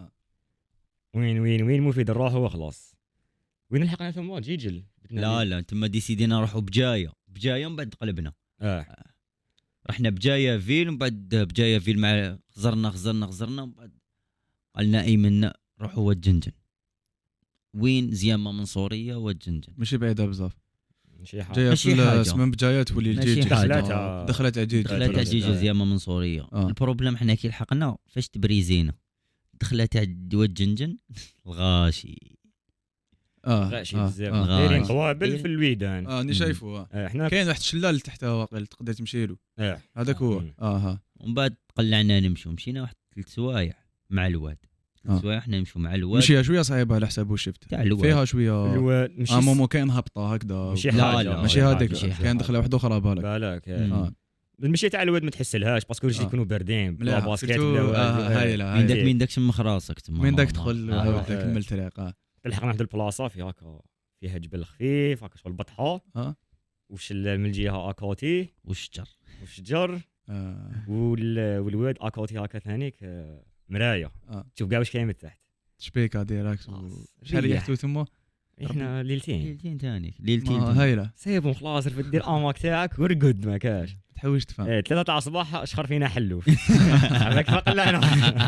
وين مفيد نروحوا وخلاص. وين لحقنا ثم جيجل؟ لا تما ديسيدينا نروحوا بجايه من بعد قلبنا. رحنا بجايه فيل ومن بعد بجايه فيل مع خزرنا ومن بعد قالنا ايمن روحوا وجنجن. وين زيامه منصوريه وجنجن ماشي بعيده بزاف. ماشي حاجه اسم بجايه تولي الجيج دخلت عجيج زيامه منصوريه. البروبليم حنا كي لحقنا فاش تبريزينا دخلت وجنجن الغاشي غاشي بزاف دايرين طوابل في الويدان. راني شايفه. احنا كاين واحد الشلال تحت واقيلا تقدر تمشي له. هذاك هو. ومن بعد قلعنا نمشوا مشينا واحد 3 سوايع مع الواد. 3 سوايع حنا نمشوا مع الواد. مشي شويه صعيبه على حساب الشفت فيها شويه. الواد ماشي مومو كاين هابطه هكذا. لا ماشي هذيك كاين دخله واحده اخرى بالك. المشي تاع الواد ما تحسلهاش باسكو رجلي يكونوا باردين بلا باسكيت بلا هايله. من داك شمخ راسك تما من داك تدخل كمل طريق. لحقنا واحد البلاصه فيها جبل خفيف هكا شغل بطحه. وشلال من الجهه اكوتي والشجر والواد اكوتي هكا ثانيك مرايه. تشوف كاع واش كاين من تحت. شبيكه ديراكت. شحال ريحتو ثم؟ احنا ليلتين ثاني هايله. سيبهم خلاص دير اماك تاعك ورقد ما كاش تحويش تفهم. 3 تاع الصباح اشخر فينا حلوف. هذاك فقلعنا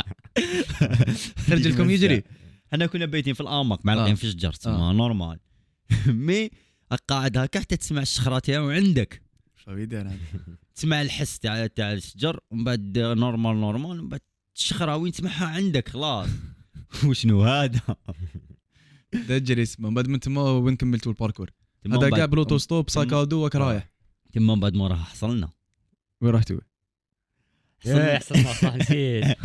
خرج لكم يجري. حنا كنا بايتين في الاماك معلقين في الشجر تما نورمال. مي قاعد هكا حتى تسمع الشخره تاعو عندك شنو يدير هذا. تسمع الحس تاع الشجر ومن بعد نورمال ومن بعد الشخره وين تسمعها عندك خلاص. وشنو هذا تجري اسمه. من بعد من تما وين كملتوا الباركور؟ هذا كاع بلوتو ستوب ساكادو وك رايح. تما بعد ما راح حصلنا. وين رحتوا؟ حصلنا صح نسيت.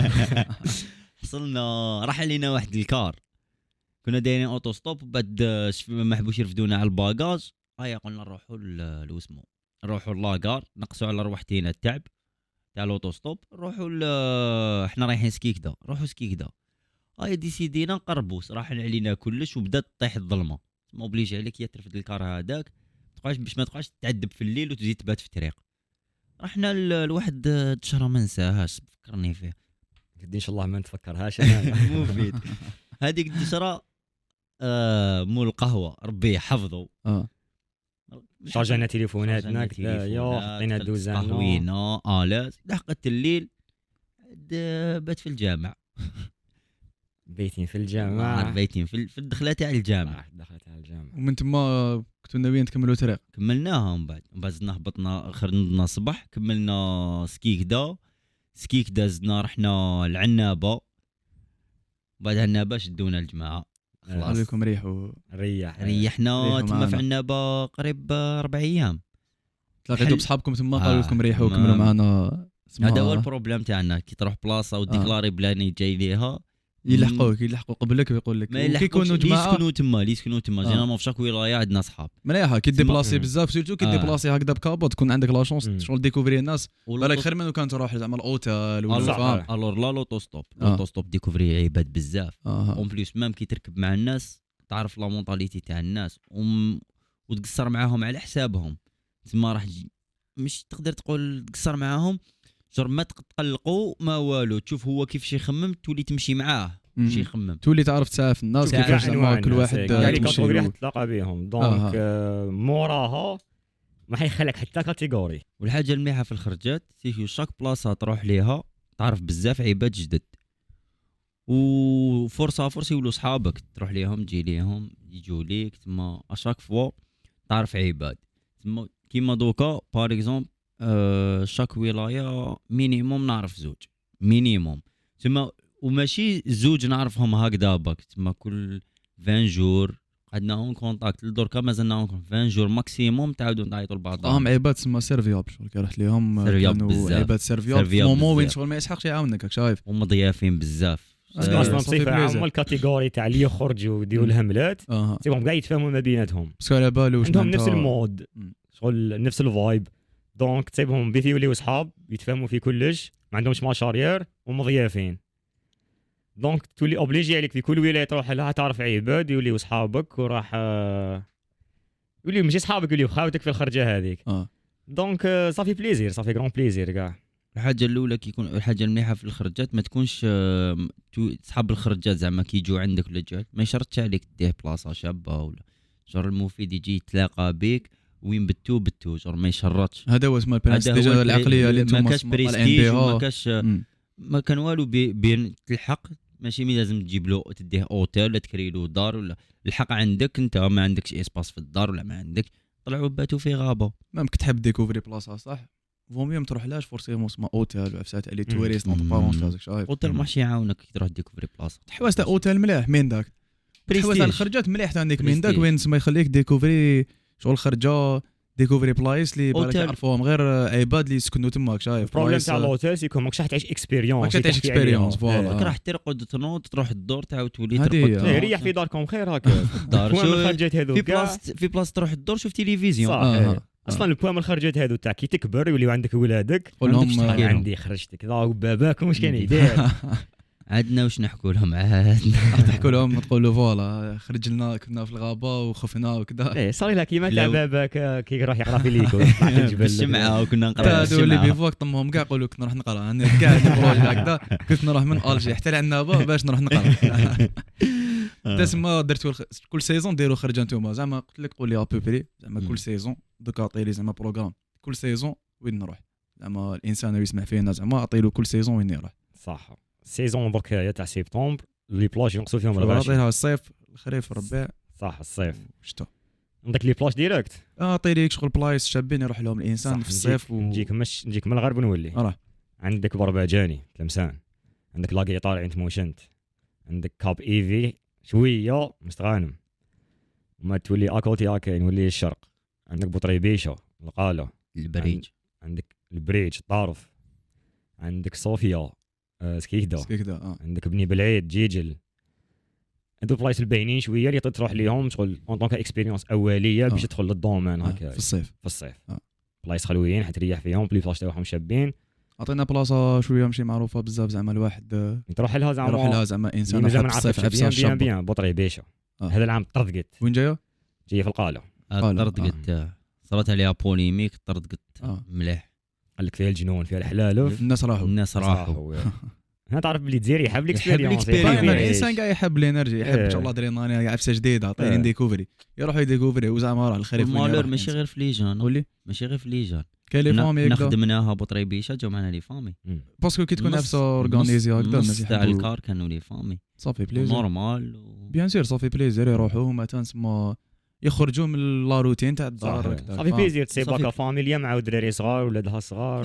حصلنا راح علينا واحد الكار كنا دايرين اوتو ستوب بعد ما حبوش يرفدونا على الباجاج. قلنا نروحوا لوسمو نروحوا لاكار نقصوا على روحتينا التعب تاع لوطوستوب، نروحوا حنا رايحين سكيكدا، نروحوا سكيكدا. ديسيدينا نقربوا صراحه علينا كلش، وبدات تطيح الظلمه، ما اوبليجي عليك يا ترفد الكار هذاك باش ما تبقاش تعذب في الليل وتزيد تبات في الطريق. رحنا لواحد الشهره ما نساهاش، فكرني فيه قد ان شاء الله ما نتفكرهاش انا. مفيد. هذيك الدشره مول القهوه ربي يحفظه. شارجنا تليفوناتنا كذا يا حطينا دوزان قهوينا الات لحقت الليل بات في الجامع. بيتين في الجامعه، بيتين في الدخله تاع الجامع. ومن تما كنتوا ناويين تكملوا طريق؟ كملناها من بعد زدنا هبطنا خرجنا الصباح، كملنا سكيكدا زدنا رحنا العنابه، بعد عنابه شدونا الجماعه خلاص عليكم ريحنا تما في عنابه قريب 4 ايام. تلاقيتوا بصحابكم تما قالوا لكم ريحوا وكملوا معنا؟ هذا هو البروبليم تاعنا، كي تروح بلاصه وديكلاري بلاني جاي ليها يلحقوا قبلك ويقول لك كي يكونوا جماعه اللي يسكنوا تما جينا في شاك ولايه عندنا اصحاب مليحه. كي ديبلاسي بزاف سيرتو كي ديبلاسي هكذا بكابوت تكون عندك لا شونس شغل ديكوفري الناس، بالك خير منو كان تروح زعما الاوتيل ولا فاهم. الور لا لوطوستوب ديكوفري عباد بزاف اون بليس ميم كي تركب مع الناس تعرف لا مونطاليتي تاع الناس وتقصر معاهم على حسابهم. تما راح مش تقدر تقول تقصر معاهم جر ما تقلقوا ما والو، تشوف هو كيفاش يخمم تولي تمشي معاه شي يخمم، تولي تعرف تعرف الناس كيفاش زعما كل واحد يعني كاتيجوري تلاقى بهم دونك موراها ما حيخليك حتى كاتيجوري. والحاجه المليحه في الخرجات سيكو شاك بلاصه تروح ليها تعرف بزاف عباد جدد، وفرصه يولوا صحابك تروح ليهم تجي ليهم يجوا ليك تما اشاك فوا تعرف عباد. تما كيما دوكا بار اكزومبل شاك ولايه مينيموم نعرف زوج مينيموم، تما وماشي زوج نعرفهم هكذا باك، تما كل 20 جور عندنا اون كونتاكت لدركا مازلنا 20 جور ماكسيموم تعاودوا نعيطوا لبعض. عباد تسمى سيرفيابل، شغل كي رحت ليهم كانوا عباد سيرفيابل مومون وين شغل ما يسحقش يعاونك راك شايف، ومضيافين بزاف. اصلا بصفه عامه الكاتيجوري تاع اللي يخرجوا يديروا الهملات سيبهم كاع يتفاهموا ما بيناتهم، باسكو على بالو عندهم نفس المود شغل نفس الفايب، دونك تسيبهم بيفي يوليو صحاب يتفاهموا في كلش، ما عندهمش مشارير ومضيافين. دونك تولي اوبليجي عليك في كل ولايه تروح لها تعرف عباد يوليو صحابك، وراح يوليو ماشي صحابك يوليو خاوتك في الخرجه هذيك. دونك صافي بليزير، صافي غران بليزير كاع. الحاجه الاولى كيكون الحاجه المليحه في الخرجات ما تكونش صحاب الخرجات زعما كيجوا عندك ولا جات ما يشرطش عليك تديه بلاصه شابه ولا جر المفيد يجي يتلاقى بك وين بتو جر ما يشرطش. هذا هو اسمه البرانس ديجا العقليه اللي انتم ما كاش بريستيج وما كاش ما كان والو بين تلحق، ماشي مي لازم تجيب له تديه اوتيل ولا تكري له دار ولا الحق عندك انت ما عندكش اسباس في الدار ولا ما عندك طلعوا باتوا في غابه. ممكن تحب ديكوفري بلاصه صح فوميوم تروح لاش فورسيمون اسمه اوتيل وعفسات عليه توريست اونت بارونس هذاك شايف. اوتيل ماشي يعاونك كي تروح ديكوفري بلاصه تحواس تاع اوتيل مليح من داك تحواس على الخرجات مليح عندك من داك وين ما يخليك ديكوفري شغل خرجه ديكوفري بلايص اللي بالك يعرفوهم غير عباد اللي يسكنوا تماك شايف. البروبليم تاع لوتيل سيكون ماكش راح تعيش اكسبيريونس، ماكش تعيش اكسبيريونس فوالا راح ترقد تنوض تروح الدور تعاود تولي ترقد ريح في داركم خير هكا الدار شو الخرجات هذو في بلاصه تروح الدور شوف تلفزيون اصلا البوام الخرجات هذو تاع كي تكبر يوليو عندك ولادك قول لهم عندي خرجت كذا وباباكم واش كان يدير عندنا واش نحكوا لهم عاد تحكوا لهم تقولوا فوالا خرج لنا كنا في الغابه وخفنا وكذا. ايه صار لها كيما تاع باباك كي يروح يقرا في ليكو الجمعه وكنا نقرا هذو اللي بيفوق طمهم كاع يقولوا كنا نروح نقرا انا كاع البروجي هكذا كنت نروح من الجي حتى لعنابه باش نروح نقرا. تسمى درتوا كل سيزون ديروا خرجه نتوما زعما قلت لك قول لي ابوبري زعما كل سيزون دوكا عطيلي زعما بروغرام كل سيزون وين نروح زعما الانسان اللي يسمع فينا زعما عطيلو كل سيزون وين يروح. صح سيزون درك تاع سبتمبر لي بلاج ينقصوا فيهم الغاشي عطيها الصيف الخريف الربيع صح الصيف الشتاء عندك لي بلاج ديريكت عطي ليك شغل بلايص شابين يروح لهم الانسان في الصيف نجيك من الغرب ونولي عندك برباجاني تلمسان عندك لاقي طالع انت موشنت عندك كاب ايفي شويه مستغانم وما تولي اكوتي هكا نولي الشرق عندك بطريبيشه القاله البريج عندك البريج الطارف عندك صوفيا سكيكدا عندك بني بلعيد جيجل هادو بلايص الباينين شويه اللي تروح ليهم شغل اون طونك اكسبيريونس اوليه باش تدخل للدومين هكا في الصيف في الصيف بلايص خلويين حتريح فيهم بليس تاعهم شابين عطينا بلاصه شويه ماشي معروفه بزاف زعما الواحد تروح لها زعما يروح لها زعما انسان مازال حاب ما الصيف نعرفش عفسه بيان الشابه. بوطري بيشه آه. هذا العام طردقت وين جايه؟ جايه في القاله طردقت صارت عليها بوليميك طردقت مليح قال لك فيها الجنون فيها الحلالف الناس راحوا الناس راحوا انا تعرف بلي تزيري يحب يحب الاكسبيريونس الإكسبيريونس. باين الانسان كاع يحب الانرجي يحب ان شاء الله إيه. ادرينالين عفسه جديده عطيني إيه. ديكوفري يروح يديكوفري وزعما راه الخريف المالور ماشي غير في ليجان قولي ماشي غير في ليجان كاين لي فامي هكذا نخدمناها بطريبيشه جاو معنا لي فامي باسكو كي تكون نص- عفسه اورغانيزي هكذا الناس نص تاع يحبوا الكار كانوا لي فامي صافي بليزير نورمال بيان سير صافي بليزير يروحوا هما تنسمى يخرجوا من لا روتين تاع الدار هكذا. صافي بليزير تسيبا صافي. كفاميليا مع دراري صغار ولادها صغار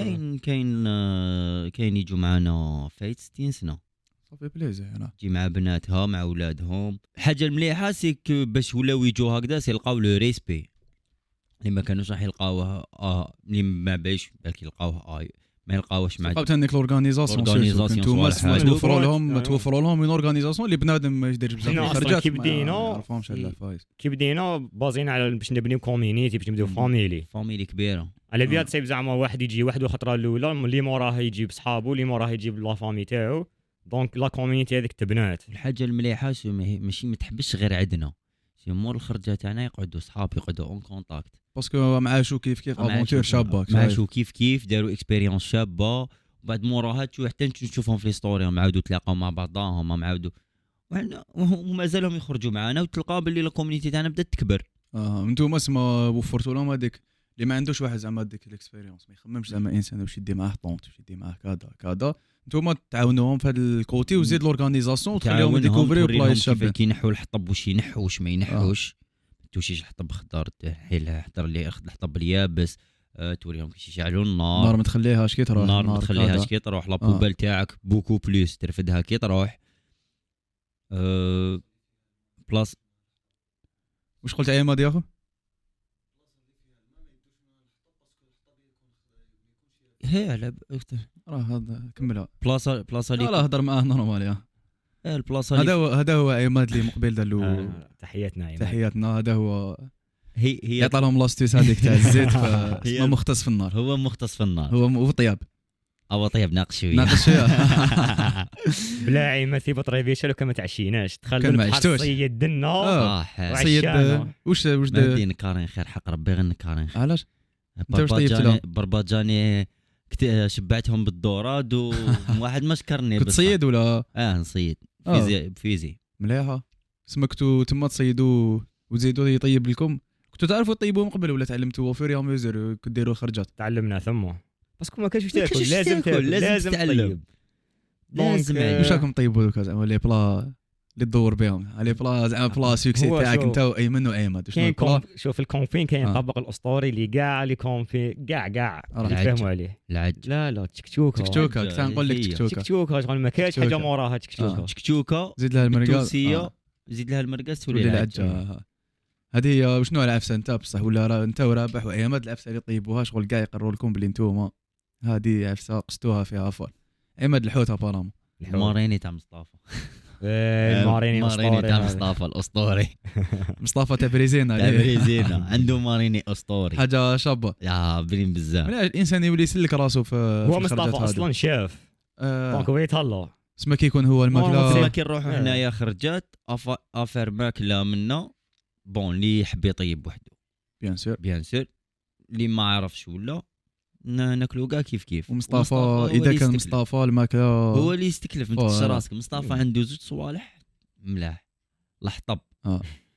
كاين يجوا معنا فايت 60 سنه صافي بليزير تجي مع بناتها مع ولادهم. الحاجه المليحه سيك باش ولاو يجوا هكذا سيلقاو لو ريسبي اللي ما كانوش راح يلقاوه اللي ما باش بالك يلقاوه ما يلقاوش مع قبل تانيك الاورغانيزاسيون Organisation نتوما صوالح توفروا هادو. لهم توفروا لهم اون اورغانيزاسيون اللي بنادم ما يديرش بزاف حنا أصلاً الخرجات كي بدينا ما يعرفهمش على الفايز كي بدينا بازينا على باش نبنيو كوميونيتي باش نبداو فاميلي فاميلي كبيره. على بيات سيب زعما واحد يجي وحده الخطره الاولى اللي موراه يجيب صحابو اللي موراه يجيب لا فامي تاعو دونك لا كوميونيتي هذيك تبنات. الحاجه المليحه ماشي ما تحبش غير عندنا مور الخرجه تاعنا يقعدوا صحاب يقعدوا اون كونتاكت باسكو معاشو كيف افونتور شابه معاشو كيف داروا اكسبيريونس شابه وبعد موراها تشوف حتى نشوفهم في ستوري معاودوا تلاقاو مع بعضهم معاودوا ومازالهم يخرجوا معنا وتلقى باللي لا كوميونيتي تاعنا بدات تكبر. انتوما سما وفرتوا لهم هذيك اللي ما عندوش واحد زعما هذيك الاكسبيريونس ما يخممش زعما انسان واش يدي معاه طونط واش يدي معاه كذا انتوما تعاونوهم في هذا الكوتي وزيد الاورغانيزاسيون وتخليهم يديكوفريو بلايص شابين كيف ينحوا الحطب واش ينحوا واش ما ينحوش توشيش الحطب خضر تحيل حضر اللي اخذ الحطب اليابس توريهم كيفاش يشعلوا النار ما تخليهاش كي تروح النار ما تخليهاش كي تروح لا بوبال تاعك بوكو بليس ترفدها كي تروح بلاص واش قلت عماد يا اخو هي على راه هذا كملها بلاصه لا هضر معاه نورمال يا البلاصه هذا هو عماد اللي مقبل دار له تحياتنا عماد. تحياتنا هذا هو هي يعطى لهم لاستيس هذيك تاع الزيت فاسمه مختص في النار هو مختص في النار هو طياب او طيب ناقص شويه ناقص شويه بلا عيمه في بطريبيشه لو كان ما تعشيناش كان دخلنا ما البحر عشتوش. صيدنا صح سيد وعشانا. واش مهدي نكارين خير حق ربي غير نكارين خير علاش انت واش طيبت لهم برباجاني شبعتهم بالدوراد وواحد ما شكرني كنت تصيد ولا نصيد فيزي مليحه سمكتوا تما تصيدوا وتزيدوا يطيب لكم كنتوا تعرفوا تطيبوا من قبل ولا تعلمتوا فيريا ميزور كديروا خرجات تعلمنا ثم باسكو ما كانش واش ما تاكل كانش لازم تاكل، لازم لازم تتعلم. طيب لازم دونك، عليك. واش راكم طيبوا دوكا زعما لي بلا اللي تدور بهم على بلا زعما بلا سوكسي هو تاعك شوف. انت وايمن وايمن شنو كاين البلا شوف الكومبين كاين الطبق الاسطوري اللي كاع لي كومبي كاع راه يتفاهموا عليه العج لا تكتوكا تكتوكا كنت نقول لك هي. تكتوكا تكتوكا شغل ما كاينش حاجه تكتوكا. موراها تكتوكا تكتوكا زيد لها المرقاز التونسيه زيد لها المرقاز تولي تولي العج العجه هذه هي وشنو العفسه انت بصح ولا انت ورابح وايامات العفسه اللي طيبوها شغل كاع يقروا لكم بلي نتوما هذه عفسه قصتوها فيها فور عماد الحوت ابارامو ماريني تاع مصطفى ماريني تاع مصطفى الاسطوري مصطفى تبريزين تاع بريزينا عنده ماريني اسطوري حاجه شابه يا بلين بزاف مليح الانسان يولي يسلك راسو في هو في الخرجات مصطفى هذه. اصلا شاف دونك هو يتهلا اسمه كيكون هو ما الماكله كي نروحوا حنايا خرجات افير ماكله منا بون اللي يحب يطيب وحده بيان سور بيان سور اللي ما عرفش ولا ناكلو كاع كيف ومصطفى هو اذا اللي كان يستكلف. مصطفى الماكله هو اللي يستكلف ما تكسر فوالا. راسك مصطفى عنده زوج صوالح ملاح الحطب آه.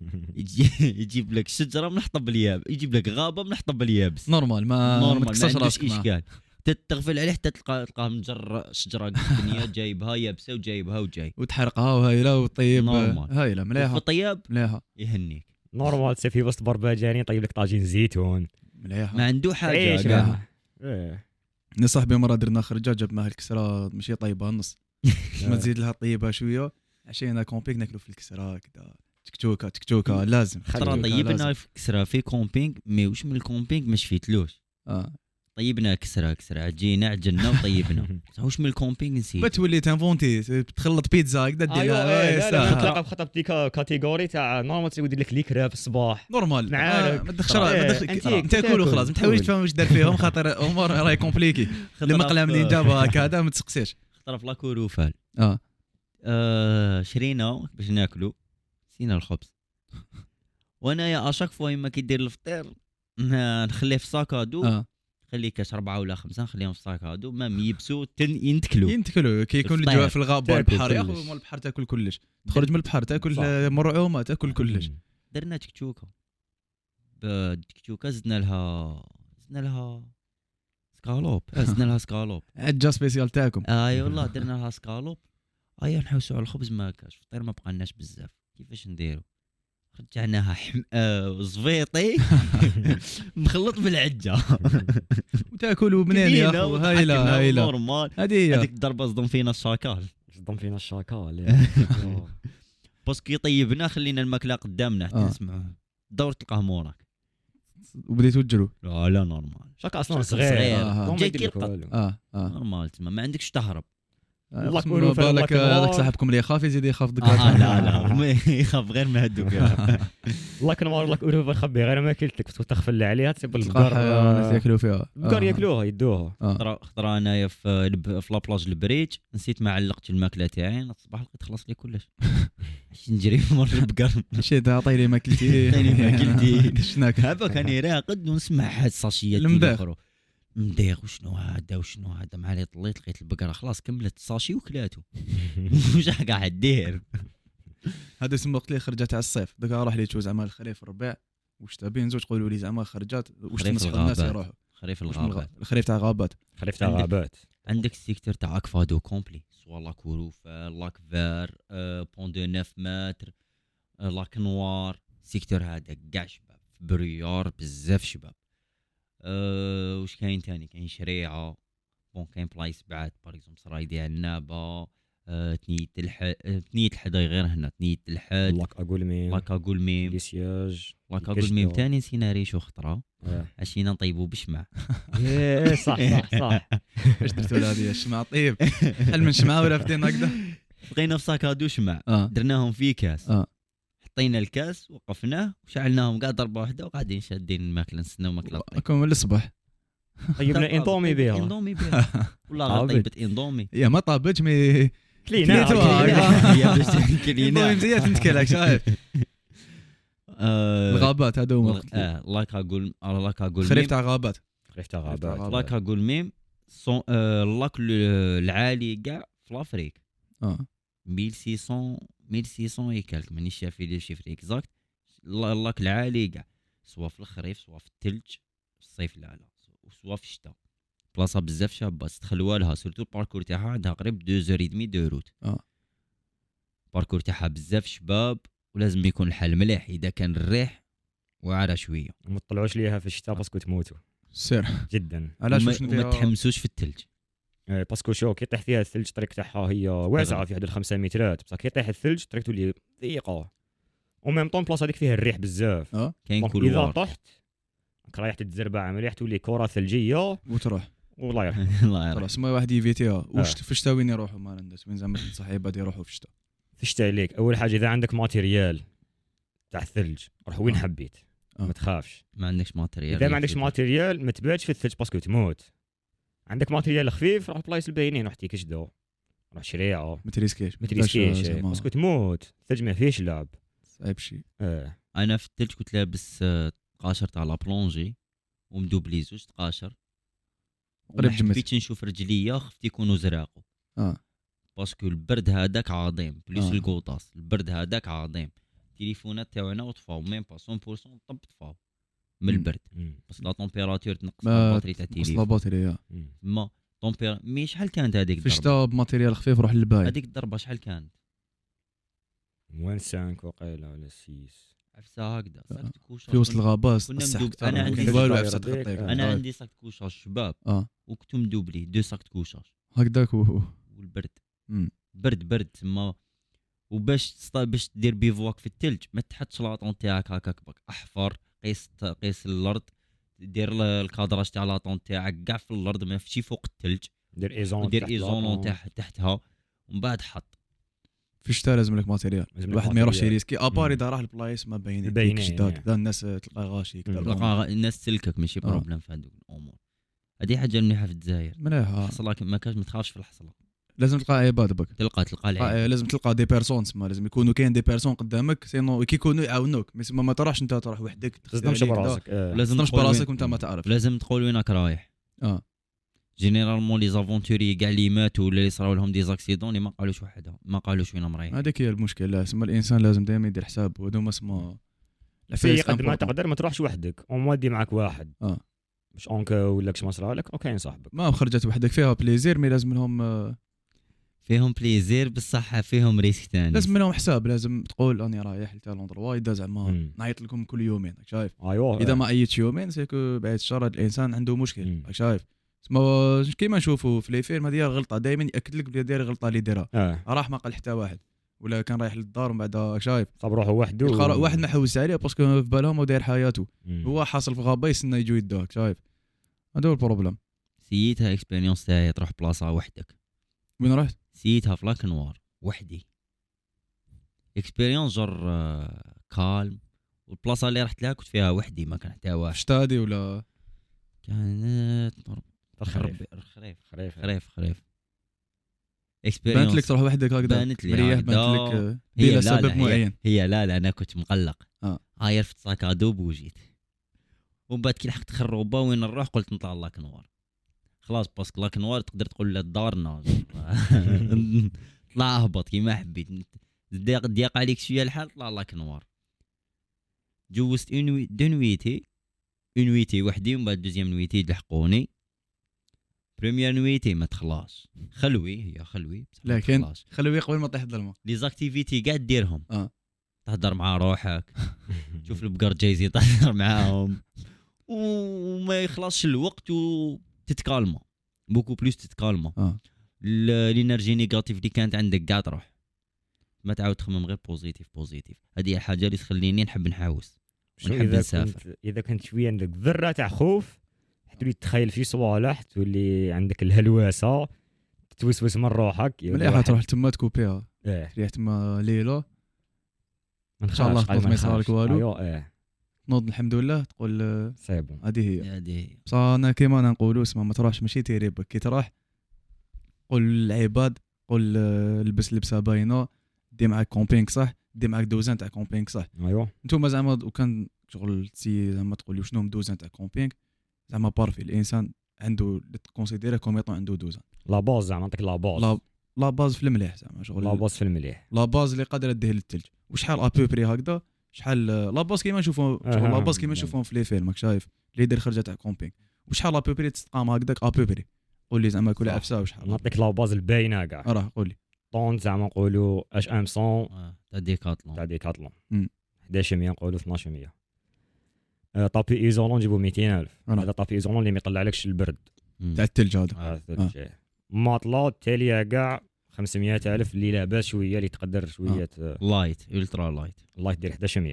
يجيب لك شجره من الحطب اليابس يجيب لك غابه من الحطب اليابس نورمال ما نورمال ما تكسرش عندوش راسك معاه. اشكال تتغفل عليه حتى تلقاه مجر شجره الدنيا جايبها يابسه وجايبها وجاي وتحرقها وهايله وطيب نورمال. هايله في مليحه طياب مليحه يهنيك نورمال تسي في وسط برباجاني طيب لك طاجين زيتون مليحه ما عنده حاجه عيش كاع. معاه. إيه. انا صاحبي مره درنا خرجه جاب معاه الكسره ماشي طيبه نص ما تزيد لها طيبها شويه عشينا كومبيك ناكلو في الكسره كذا تكتوكا لازم ترى طيبنا في كسرة في كومبينغ مي واش من الكومبينغ ما شفيتلوش طيبنا كسره جينا عجلنا وطيبنا. واش من الكومبينغ نسيت. ما تولي تنفونتي تخلط بيتزا هكذا دير ايوا لا تلقى خطبتي كاتيجوري تاع نورمال تيدير لك ليكرا في الصباح نورمال نعارك. ما تدخلش أنتيك تاكل وخلاص ما تحاولش تاكل. تفهم واش دار فيهم خاطر امور راهي كومبليكي المقله منين جابها هكذا ما تسقسيش خطره في لاكوروفال شرينا باش ناكلو نسينا الخبز وانا اشاك فوا ما كيدير الفطير نخليه في ساكادو خلي كاش 4 ولا 5 نخليهم في ساكادو ما يبسوا ينتكلوا كيكون الفطير. الجو في الغابه تاكل البحر ياخذ كلش. من البحر تاكل كلش تخرج من البحر تاكل صح. مرعومه تاكل كلش درنا تكتوكه بالتكتوكه زدنا لها سكالوب زدنا لها سكالوب عجه سبيسيال تاعكم اي والله درنا لها سكالوب نحوسوا على الخبز ما كاش فطير ما بقالناش بزاف كيفاش نديرو رجعناها زفيطي مخلط بالعجه وتاكلوا منين يا اخو هايله نورمال هذه هي هذيك الضربه صدم فينا الشاكال صدم فينا الشاكال باسكو طيبنا خلينا الماكله قدامنا حتى نسمعوها دور تلقاه موراك وبديتوا تجروا لا نورمال شاكا اصلا صغير. صغير جاي كيرقد. اه نورمال تما ما عندكش تهرب الله اسمه يقولوا فيها بالك الله هذاك كبار. صاحبكم اللي يخاف يزيد يخاف دك لا يخاف غير من هذوك الله كنمر الله كيقولوا نخبي غير ما كلتك تخفل عليها تسيب تلقى الناس البقر ياكلوا فيها البقر ياكلوها يدوها خطره انايا في لابلاج البريج نسيت ما علقتش الماكله تاعي الصباح لقيت خلص لي كلش باش نجري مور البقر مشيت عطيني ما كلتي عطيني ما كلتي. شناك هابا كان راقد ونسمع هاد الساشيات المداخ. مدير وشنو هذا مع لي طليت لقيت البقره خلاص كملت الساشي وكلاتو واش قاعد دير هذا اسم وقت اللي خرجت على الصيف داك راح لي زعما الخريف الربيع واش تابين زوج تقولوا لي زعما خرجات واش خريف تنصحوا الناس الغابات. يروحوا خريف واش من الغابات الخريف تاع غابات خريف تاع غابات عندك السيكتور تاع اكفادو كومبلي سوا لا كوروفا لاك فير بون دو 9 متر لاك نوار السيكتور هذا كاع شباب بريار بزاف شباب واش كاين تاني كاين شريعه بون كاين بلايص بعد باريزوم سرايدي النابه تنيت الحد غير هنا تنيت الحد لاك اقول مين لاك اقول ميم ليسياج لاك اقول ميم تاني نسينا ريشو خطره عشينا نطيبوا بشمع صح اش درتوا لهذه الشمع طيب هل من شمعه ولا فدين هكذا بقينا في ساكادو شمع درناهم في كاس حطينا الكاس وقفناه وشعلناهم قاع ضربه واحده وقاعدين شادين الماكله نستناو ماكله طيب راكم من الصبح طيبنا اندومي بها والله غير طيبت اندومي يا ما طابتش مي كلينا هي باش اندومي كلينا مزيان تنتكلك شايف الغابات هذا هو لاك اقول خريف تاع غابات خريف تاع غابات لاك اقول ميم اللاك العالي كاع في لافريك 1600 يكالك مانيش شايف لي الشيفر اكزاكت اللاك العالي كاع سوا في الخريف سوا في الثلج الصيف لا سوا في الشتاء بلاصه بزاف شابه تدخلوا لها سورتو الباركور تاعها عندها قريب 2h30 دو روت الباركور تاعها بزاف شباب ولازم يكون الحال مليح اذا كان الريح واعره شويه ما تطلعوش ليها في الشتاء باسكو تموتوا سير جدا علاش وما تحمسوش في الثلج باسكو شو كي يطيح فيها الثلج الطريق تاعها هي واسعه في حدود 5 مترات بصح كي يطيح الثلج الطريق تولي ضيقه وميم طون بلاصه هذيك فيها الريح بزاف كاين اذا كولوار طحت رايح تتزربع مليح تولي كره ثلجيه وتروح والله يرحم الله يرحم خلاص ما واحد يفيتيها واش في الشتاء وين يروحوا ما عندك وين زعما تنصح عباد يروحوا في الشتاء في الشتاء ليك اول حاجه اذا عندك ماتيريال تاع الثلج روح وين حبيت ما تخافش ما عندكش ماتريال اذا ما عندكش ماتيريال ما تباتش في الثلج باسكو تموت عندك ماتيريال خفيف روح بلايص الباينين روح تيكشدو روح شريعه ما تريسكيش باسكو تموت الثلج ما فيهش لعب صعيب شي انا في الثلج كنت لابس تقاشر تاع لابلونجي ومدوبلي زوج تقاشر قريب جمت حبيت نشوف رجليا خفت يكونوا زراقو باسكو البرد هذاك عظيم بليس القوطاس البرد هذاك عظيم التليفونات تاعنا وطفاو ميم با 100% طب طفاو من البرد بس لا طومبيراتور تنقص الباتري تاع التليفون لا باتري ما طومبير مي شحال كانت هذيك في الشتاء بماتيريال خفيف روح للباي هذيك الضربه شحال كانت موان 5 وقيله ولا 6 عفسه هكذا ساكت كوشاش في وسط الغابه انا عندي والو ساكت عفسه تغطيك انا عندي ساكت كوشاش شباب وكنت مدوبلي 2 ساكت كوشاش هكذاك والبرد برد تما وباش دير بيفواك في الثلج ما تحطش لاطون تاعك هكاك احفر قيس الارض دير الكادراج تاع لاطون تاعك كاع في الارض ما فشي فوق الثلج دير ايزون ودير ايزولون تحتها ومن بعد حط في الشتاء لازم لك ماتيريال لازم لك الواحد ما يروحش ماتيريال. يريسكي ابار اذا راح البلايص ما باين باينين، شداد ذا الناس تلقى غاشي كذا تلقى الناس تسلكك ماشي بروبليم في هذوك الامور. هذه حاجه مليحه في الجزائر. مليحه الحصله ما كاش ما تخافش في الحصله، لازم تلقى عباد بك تلقى العيب. لازم تلقى دي بيرسون تسمى لازم يكونوا كاين دي بيرسون قدامك سينو كي يكونوا يعاونوك ما تروحش انت تروح وحدك تخدمش براسك لازم تخدمش تقول براسك وين- وانت ما تعرف لازم تقول وينك رايح. جينيرالمون لي زافونتوري كاع اللي ماتوا ولا اللي صراو لهم دي زاكسيدون اللي ما قالوش وحدهم، ما قالوش وين رايح. هذيك هي المشكله سما الانسان لازم دائما يدير حساب وهذوما اسمه في قد ما تقدر ما تروحش وحدك ومودي معك واحد اه باش اونكو ولا كش ما صرالك اوكي صاحبك ما خرجت وحدك فيها بليزير مي لازم لهم فيهم بليزير بصح فيهم ريسك ثاني. لازم لهم حساب لازم تقول راني رايح لتا لوندروا اذا زعما نعيط لكم كل يومين شايف ايوه اذا ما عيطتش يومين سيكو بعد الشر الانسان عنده مشكل مم. شايف اسمه كيما نشوفوا في لي فيلم هذه غلطه دائما ياكد لك بلي داير غلطه اللي دارها راح ما قال حتى واحد ولا كان رايح للدار ومن بعد شايف صاب روحه وحده يلقى واحد ما حوس عليه باسكو في بالهم وداير حياته هو حاصل في غابه يستنى يجوا يدوك شايف هذا هو البروبليم سيتها اكسبيريونس تاعي تروح بلاصه وحدك. وين رحت سيتها في لاك نوار وحدي اكسبيريونس جر كالم. والبلاصه اللي رحت لها كنت فيها وحدي ما كان حتى واحد. شتادي ولا كانت خريف خريف بانت لك تروح وحدك هكذا بانت لي مريح هكذا. بانت لك هي بلا لا سبب معين هي لا انا كنت مقلق آه. في ساكادو بوجيت ومن بعد كي لحقت خروبه وين نروح قلت نطلع لاك نوار خلاص باسكو لاك نوار تقدر تقول لدارنا طلع اهبط كيما حبيت ضيق عليك شويه الحال طلع لاك نوار. جوزت دو نويتي وحدي ومن بعد دوزيام نويتي لحقوني. بريمير نويتي ما تخلاص خلوي بصح ما لكن تخلاص. خلوي قبل ما تطيح الظلمه لي زاكتيفيتي قاعد ديرهم تهدر مع روحك تشوف البقر جايزي تهدر معاهم وما يخلصش الوقت وتتكالما بوكو بلوس تتكالما. الانرجي نيجاتيف اللي كانت عندك قاعد تروح ما تعاود تخمم غير بوزيتيف. هذه الحاجه اللي تخليني نحب نحوس ونحب نسافر. اذا كنت شويه عندك ذره تاع خوف تولي تتخيل في صوالح تولي عندك الهلوسه تتوسوس من روحك مليحه تروح تما تكوبيها تريح تما ليله ان شاء الله تنوض ما يصرى لك والو تنوض الحمد لله تقول سيبون هذه هي بصح انا كيما انا نقولوا اسمع ما تروحش ماشي تيريبك كي تروح قول للعباد قول لبس لبسه باينه دي معاك كومبينغ صح دي معاك دوزان تاع كومبينغ صح ايوا نتوما زعما وكان شغل تسي زعما تقول شنو دوزان تاع كومبينغ زعما بارفي الانسان عنده تكونسيديرا كوم يطون عنده دوزان لا باز زعما نعطيك لا باز لا باز في المليح زعما شغل لا باز في المليح لا باز اللي قادر ديه للثلج وشحال ابوبري هكذا شحال لا باز كيما نشوفوا شغل لا باز كيما نشوفهم في لي فيلم شايف اللي يدير خرجه تاع كومبينغ وشحال ابوبري تستقام هكذاك ابوبري قول لي زعما كل عفسه وشحال نعطيك لا باز الباينه كاع راه قول لي طون زعما نقولوا اش ام 100 تاع ديكاتلون 1100 نقولوا 1200 طابي ايزولون نجيبو 200,000 هذا طابي ايزولون اللي ما يطلعلكش البرد تاع الثلج هذا ماطلة التالية كاع 500,000 اللي لاباس شويه اللي تقدر شويه لايت الترا لايت الله يدير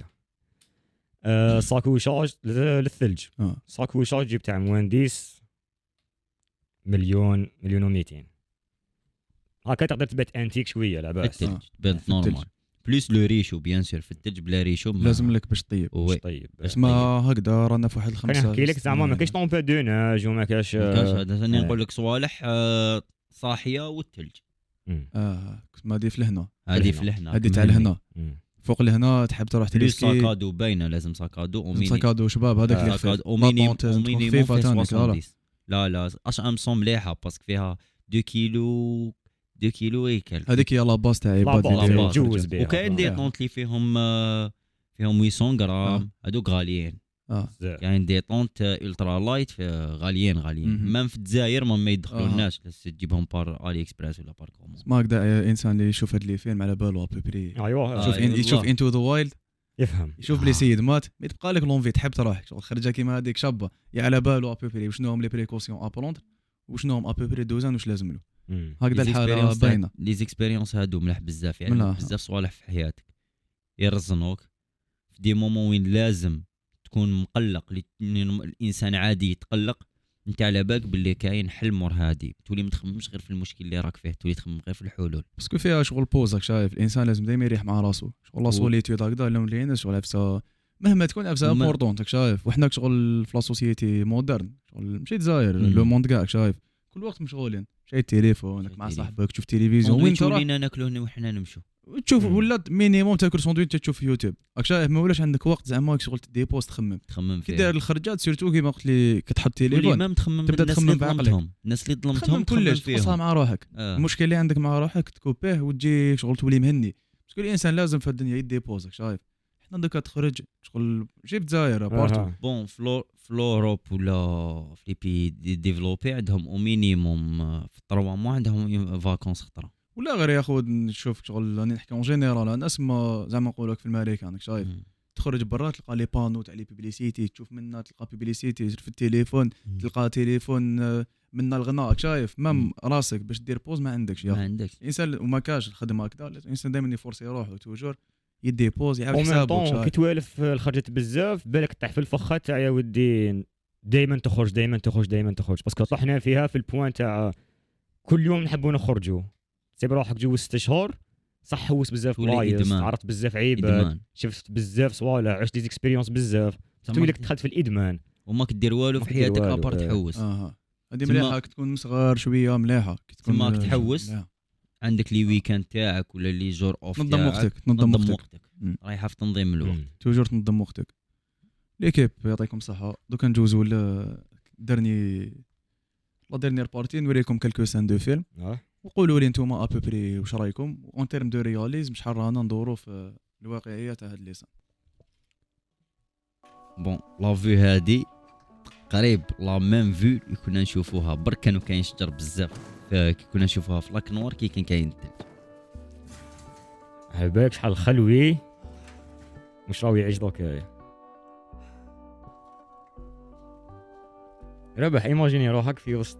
1100 ساكوشاج للثلج ساكوشاج جيب تاع مهندس مليون و200 هكا تقدر تبات انتيك شويه لاباس تبات نورمال بليس لو ريشو بيان سور في الثلج بلا ريشو لازم لك باش طيب طيب اسمع هكذا رانا في واحد الخمسه نحكي لك زعما ما كاينش طومبادوناج وما كاش هذا ثاني نقول لك صوالح صاحيه والثلج ما دي في لهنا هذه في لهنا هذه تاع لهنا فوق لهنا تحب تروح تلبس ساكادو باينه لازم ساكادو ساكادو شباب هذاك اللي ومينيموم لا اش ام صوم مليحه باسكو فيها 2 كيلو ويكل هذيك هي لا باس تاع عباد جوز بها وكاين دي طونط اللي فيهم 800 غرام هذوك غاليين كاين دي طونط الترا لايت غاليين مام في الجزائر ما يدخلوناش تجيبهم بار الي اكسبريس ولا بار كومون ما هكذا انسان اللي يشوف هاد لي فيلم على بالو ابوبري ايوا يشوف انتو ذا وايلد يفهم يشوف بلي سيد مات ما تبقى لك لونفي تحب تروح خرجه كيما هذيك شابه يا على بالو ابوبري وشنو هم لي بريكوسيون ابروندر وشنو هم ابوبري دوزان واش لازم له هكذا الحاله باينه لي زيكسبيريونس هادو ملاح بزاف يعني بزاف صوالح في حياتك يرزنوك في دي مومون وين لازم تكون مقلق الانسان عادي يتقلق، انت على بالك باللي كاين حل مور هادي، تولي ما تخممش غير في المشكل اللي راك فيه، تولي تخمم غير في الحلول. باسكو فيها شغل بوزك شايف، الانسان لازم دائما يريح مع راسو، شغل لا سوليتود هكذا لا ملينا شغل عفسه مهما تكون عفسه امبورطون شايف. وحنا شغل في لا سوسيتي مودرن شغل ماشي دزاير لو موند كاع شايف كل وقت مشغولين، شاي تليفونك مع صاحبك تشوف تلفزيون وين تروح ولينا ناكلوه وحنا نمشو تشوف ولا مينيموم تاكل ساندويتش تشوف يوتيوب راك شايف، ما ولاش عندك وقت زعما شغل تديبوز تخمم فيه كي داير الخرجات سيرتو كيما قلت لي كتحط التليفون ما تخمم تبدا تخمم بعقلك، الناس اللي ظلمتهم تخمم كلش فيهم تقصها مع روحك. المشكل اللي عندك مع روحك تكوبيه وتجي شغل تولي مهني، باسكو الانسان لازم في الدنيا يديبوزك شايف. حنا دوكا تخرج شغل جيب دزاير بارتو بون في اوروب ولا في لي بي ديفلوبي عندهم او مينيموم في 3 موا عندهم فاكونس خطره، ولا غير ياخذ نشوف شغل راني نحكي اون جينيرال الناس ما زعما نقول لك في الامريكان شايف تخرج برا تلقى لي بانو تاع لي بيبليسيتي، تشوف منا تلقى بيبليسيتي في التليفون، تلقى تليفون منا الغناء شايف مام راسك باش دير بوز ما عندكش ما عندكش الانسان وما كاش الخدمه هكذا، الانسان دائما يفورسي روحه توجور يدي بوز يعرف حسابه. كي توالف الخرجات بزاف بالك طيح في الفخه تاع يا ودي دائما تخرج باسكو طحنا فيها في البوان تاع كل يوم نحبوا نخرجوا، سيب روحك جوج 6 شهور صح، حوس بزاف بلايص، عرفت بزاف عيبات، شفت بزاف صوالح، عشت دي اكسبيريونس بزاف، تولي لك دخلت في الادمان وما كدير والو في حياتك ابار تحوس. هذه مليحه تكون مصغر شويه مليحه تكون ماك تحوس عندك لي ويكاند تاعك ولا لي جور اوف تاعك، تنظم وقتك رايحه في تنظيم الوقت توجور تنظم وقتك. ليكيب يعطيكم الصحه دوكا ندوزو درني بارتي نوريكم كالكو سان دو فيلم وقولوا لي نتوما ابوبري واش رايكم اون تيرم دو رياليزم شحال رانا ندورو في الواقعيه تاع هاد ليسان. بون لا فيو هادي قريب لا ميم فيو اللي كنا نشوفوها برك كانوا كاين شجر بزاف كي كنا نشوفوها في لاك نوار كي كان كاين الثلج. عباك شحال خلوي مش راوي يعيش دوك ربح. ايماجيني روحك في وسط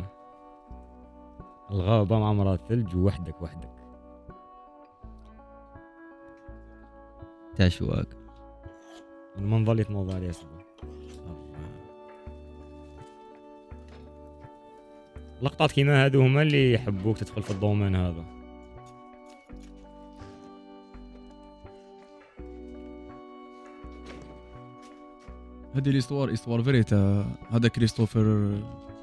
الغابة مع مرات ثلج ووحدك تاشواك المنظر اللي تنوض عليه صباح. لقطات كيما هادو هما اللي يحبوك تدخل في الدومين هذا. هذه الاستوار فيريتا هذا كريستوفر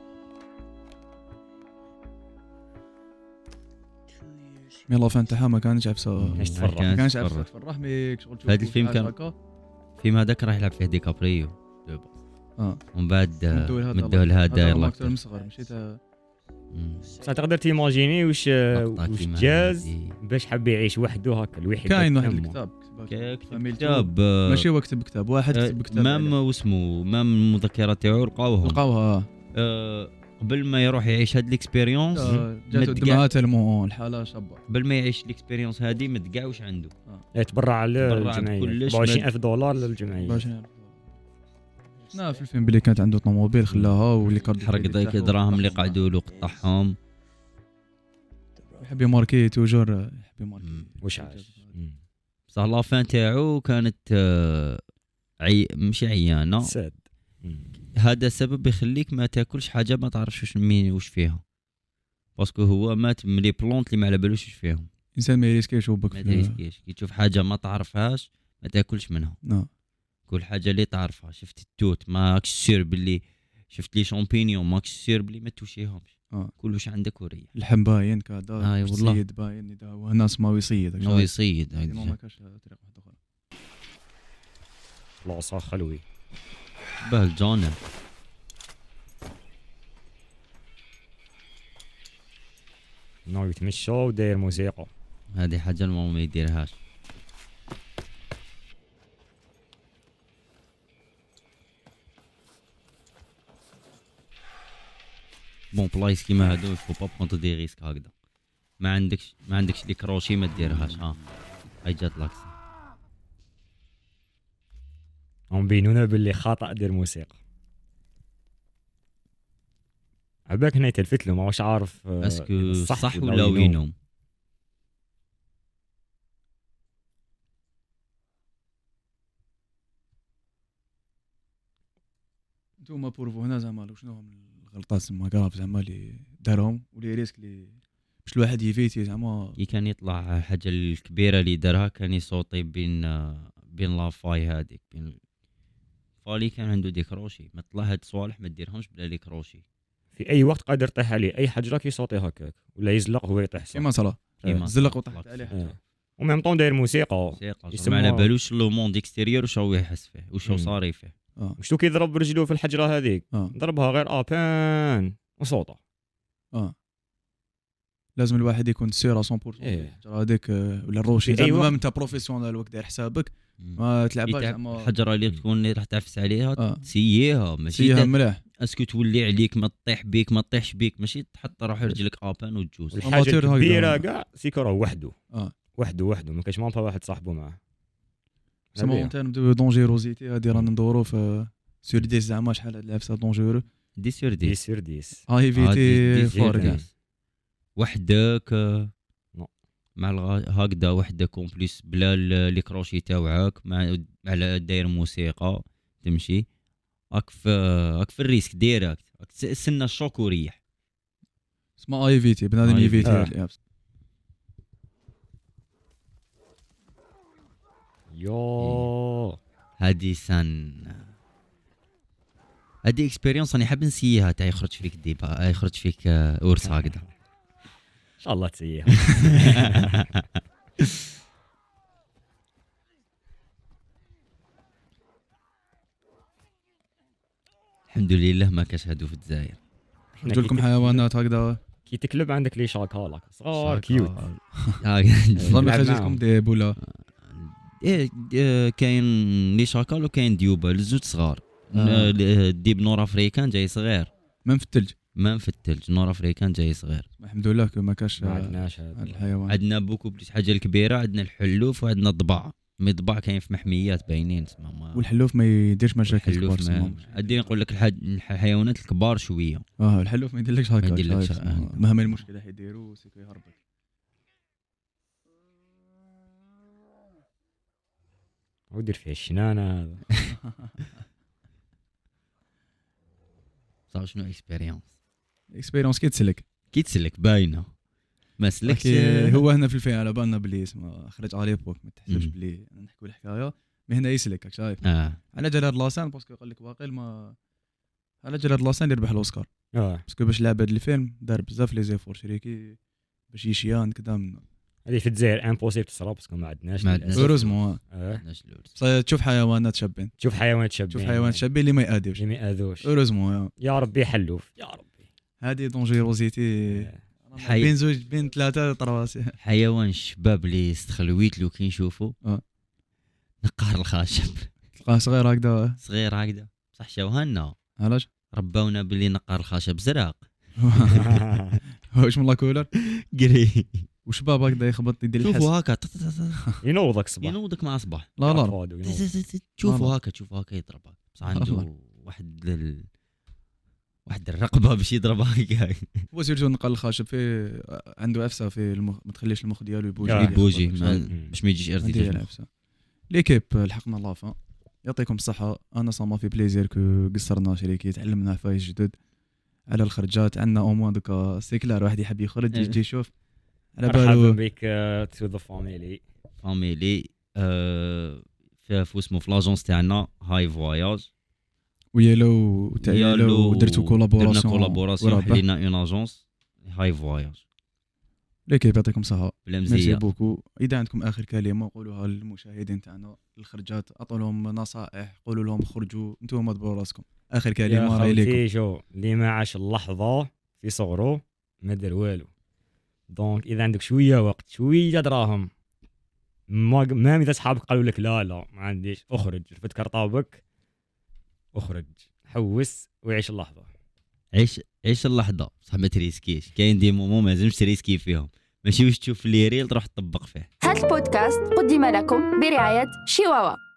مي لا فان تاعها ما كانش عفسه، ما كانش عفسه تفرح ميك شغل تشوف هذا الفيلم كان الفيلم هذاك راح يلعب فيه ديكابريو ومن بعد مدوه لهذا يلا اكثر مصغر مشيت تقدر تيماجيني واش جاز باش حب يعيش وحده هكا الوحيد. كاين واحد الكتاب ماشي هو كتب كتاب واحد كتب كتاب مام واسمو مام المذكرات تاعو لقاوها قبل ما يروح يعيش هاد الاكسبيريونس جاتو دمها تلمو الحاله شابه قبل ما يعيش الاكسبيريونس هادي ما تقع واش عنده تبرع للجمعيه 20000 دولار للجمعيه. لا في الفيلم بلي كانت عنده طوموبيل خلاها واللي كرد حرق ذاك الدراهم اللي قعدوا له قطعهم. يحب يماركي توجور يحب يماركي واش عاش. بصح لافان تاعو كانت ماشي عيانه ساد. هذا السبب يخليك ما تاكلش حاجه ما تعرفش واش فيها باسكو هو مات من لي بلونط اللي ما على بالوش واش فيهم. الانسان ما يريسكيش وبك ما يريسكيش كي تشوف حاجه ما تعرفهاش ما تاكلش منها. كل حاجه اللي تعرفها شفت التوت ماكش سير باللي شفت لي شامبينيون ماكش سير باللي ما توشيهمش كلش عندك وريح. اللحم باين كذا والله باين هو ناس ما يصيد ما يصيد هذا ما كاش طريقه واحده اخرى. لاصا خلوي شبه الجانب ناوي يتمشى وداير موسيقى. هذه حاجه الماما ما يديرهاش. بون بلايص كيما هادو فو با بونطو دي ريسك هكذا ما عندكش لي كروشي ما ديرهاش. هاي جات لاكس هم بينونا باللي خطأ دير موسيقى. عباك هنا يتلفت له ما واش عارف اسكو صح ولا وينهم. نتوما بورفو هنا زعما شنو هم الغلطات زعما كراف زعما اللي دارهم ولي ريسك اللي باش الواحد يفيتي زعما كي كان يطلع حاجه الكبيره اللي دارها كان يصوتي بين لافاي هذيك بين فالي كان عنده دي كروشي ما طلع هاد الصوالح ما ديرهمش بلا لي كروشي في اي وقت قادر يطيح عليه اي حجره كيصوتي هكاك ولا يزلق هو يطيح صح. كيما صلا كيما زلق صح. وطحت عليه حتى وميم طون داير موسيقى ما على بالوش لو موند اكستيريور واش هو يحس فيه واش هو صاري فيه وشتو كيضرب برجلو في الحجره هذيك ضربها غير ابان وصوته لازم الواحد يكون سير 100% الحجره هذيك ولا الروشي زعما انت بروفيسيونال وقت داير حسابك ما تلعبهاش زعما الحجره اللي تكون راح تعفس عليها تسييها ماشي مليح اسكو تولي عليك ما تطيح بيك ما تطيحش بيك ماشي تحط روح رجلك ابان وتجوز الحاجه الكبيره كاع سيكره وحده وحده ما كاينش مامبا واحد صاحبه معاه سما انت نبداو دونجيروزيتي هادي رانا ندورو في سور 10 زعما شحال هاد العفسه دونجورو 10 sur 10 10 sur 10 ايفيتي فور وحدك مع هكذا وحدك اون بليس بلا لي كروشي تاوعك مع على داير موسيقى تمشي راك في الريسك ديريكت استنى الشوك وريح اسمها ايفيتي بنادم يفيتي يو هادي هادي اكسبيريونس راني حاب نسيها تاع يخرج فيك ديبا يخرج فيك ورس هكذا ان شاء الله تسيها الحمد لله ما كاش هادو في الجزائر نقول لكم حيوانات هكذا كي تكلب عندك لي شاكالا صغار كيوت ما يخرجلكم ديب ولا كاين لي شاكال وكاين ديوبا الزوج صغار الديب نور افريكان جاي صغير ما في الثلج نور افريكان جاي صغير الحمد لله ما كاش ما عندناش هذا الحيوان عندنا بوكو بليس حاجه الكبيره عندنا الحلوف وعندنا الضباع مي الضباع كاين في محميات باينين والحلوف ما يديرش مشاكل كبار ادي نقول لك الحيوانات الكبار شويه الحلوف ما يديرلكش هكا مهما المشكله حيديروا سيكو يهربك ودير فيه الشنانه هذا صار شنو اكسبيريونس كي تسلك باينه ما سلكش هو هنا في الفيلم على بالنا بلي اسمه خرج على بوك ما تحسبش بلي نحكوا الحكايه مي هنا يسلك راك شايف على جال هاد لاسان باسكو قال لك باقي ما على جال هاد لاسان اللي ربح الاوسكار باسكو باش لعب هاد الفيلم دار بزاف لي زيفور شريكي باش يشيان كذا منه هذه في الجزائر امبوسيبل تصرا باسكو ما عندناش اوروزمون تشوف حيوانات شابين شوف حيوانات شابين اللي ما يأذوش اوروزمون يا ربي حلوف يا ربي هذه دونجيروزيتي بين 3 طرواسي حيوان الشباب اللي استخلويت له كي نشوفو نقار الخاشب تلقاه صغير هكذا بصح شاوهنا علاش رباونا باللي نقار الخشب زرق واش من لا كولر قري وشباب هكذا يخبط يدير الحس شوفوا هكا ينوضك صباح ينوضك مع صباح لا شوفوا هكا يضربك بصح عنده واحد الرقبه باش يضربها هكا هو سيرتو نقل الخشب في عنده عفسه في ما تخليش المخ ديالو يبوجي باش ما يجيش ارتيتي ليكيب لحقنا لافان يعطيكم الصحه انا صما في بليزير كو قصرنا شريكي تعلمنا حوايج جدد على الخرجات عندنا او موان دوكا سيكلار واحد يحب يخرج يجي يشوف على بالو بك تو ذا فاميلي في اسمه في لاجونس تاعنا هاي فواياج ويالو درتو كولابوراسيون وحلينا اون اجونس هاي فواياج ليكيب يعطيكم الصحه ميرسي بوكو اذا عندكم اخر كلمه قولوها للمشاهدين تاعنا الخرجات اعطوا لهم نصائح قولوا لهم خرجوا نتوما دبروا راسكم اخر كلمه راهي ليكم شو اللي ما عاش اللحظه في صغره ما دار والو دونك اذا عندك شويه وقت شويه دراهم ما اذا صحابك قالوا لك لا ما عنديش اخرج رفد كرطابك اخرج حوس وعيش اللحظه عيش اللحظه بصح ما تريسكيش كاين دي مومون ما لازمش تريسكي فيهم ماشي واش تشوف لي ريل تروح تطبق فيه. هذا البودكاست قدم لكم برعايه شيواوا.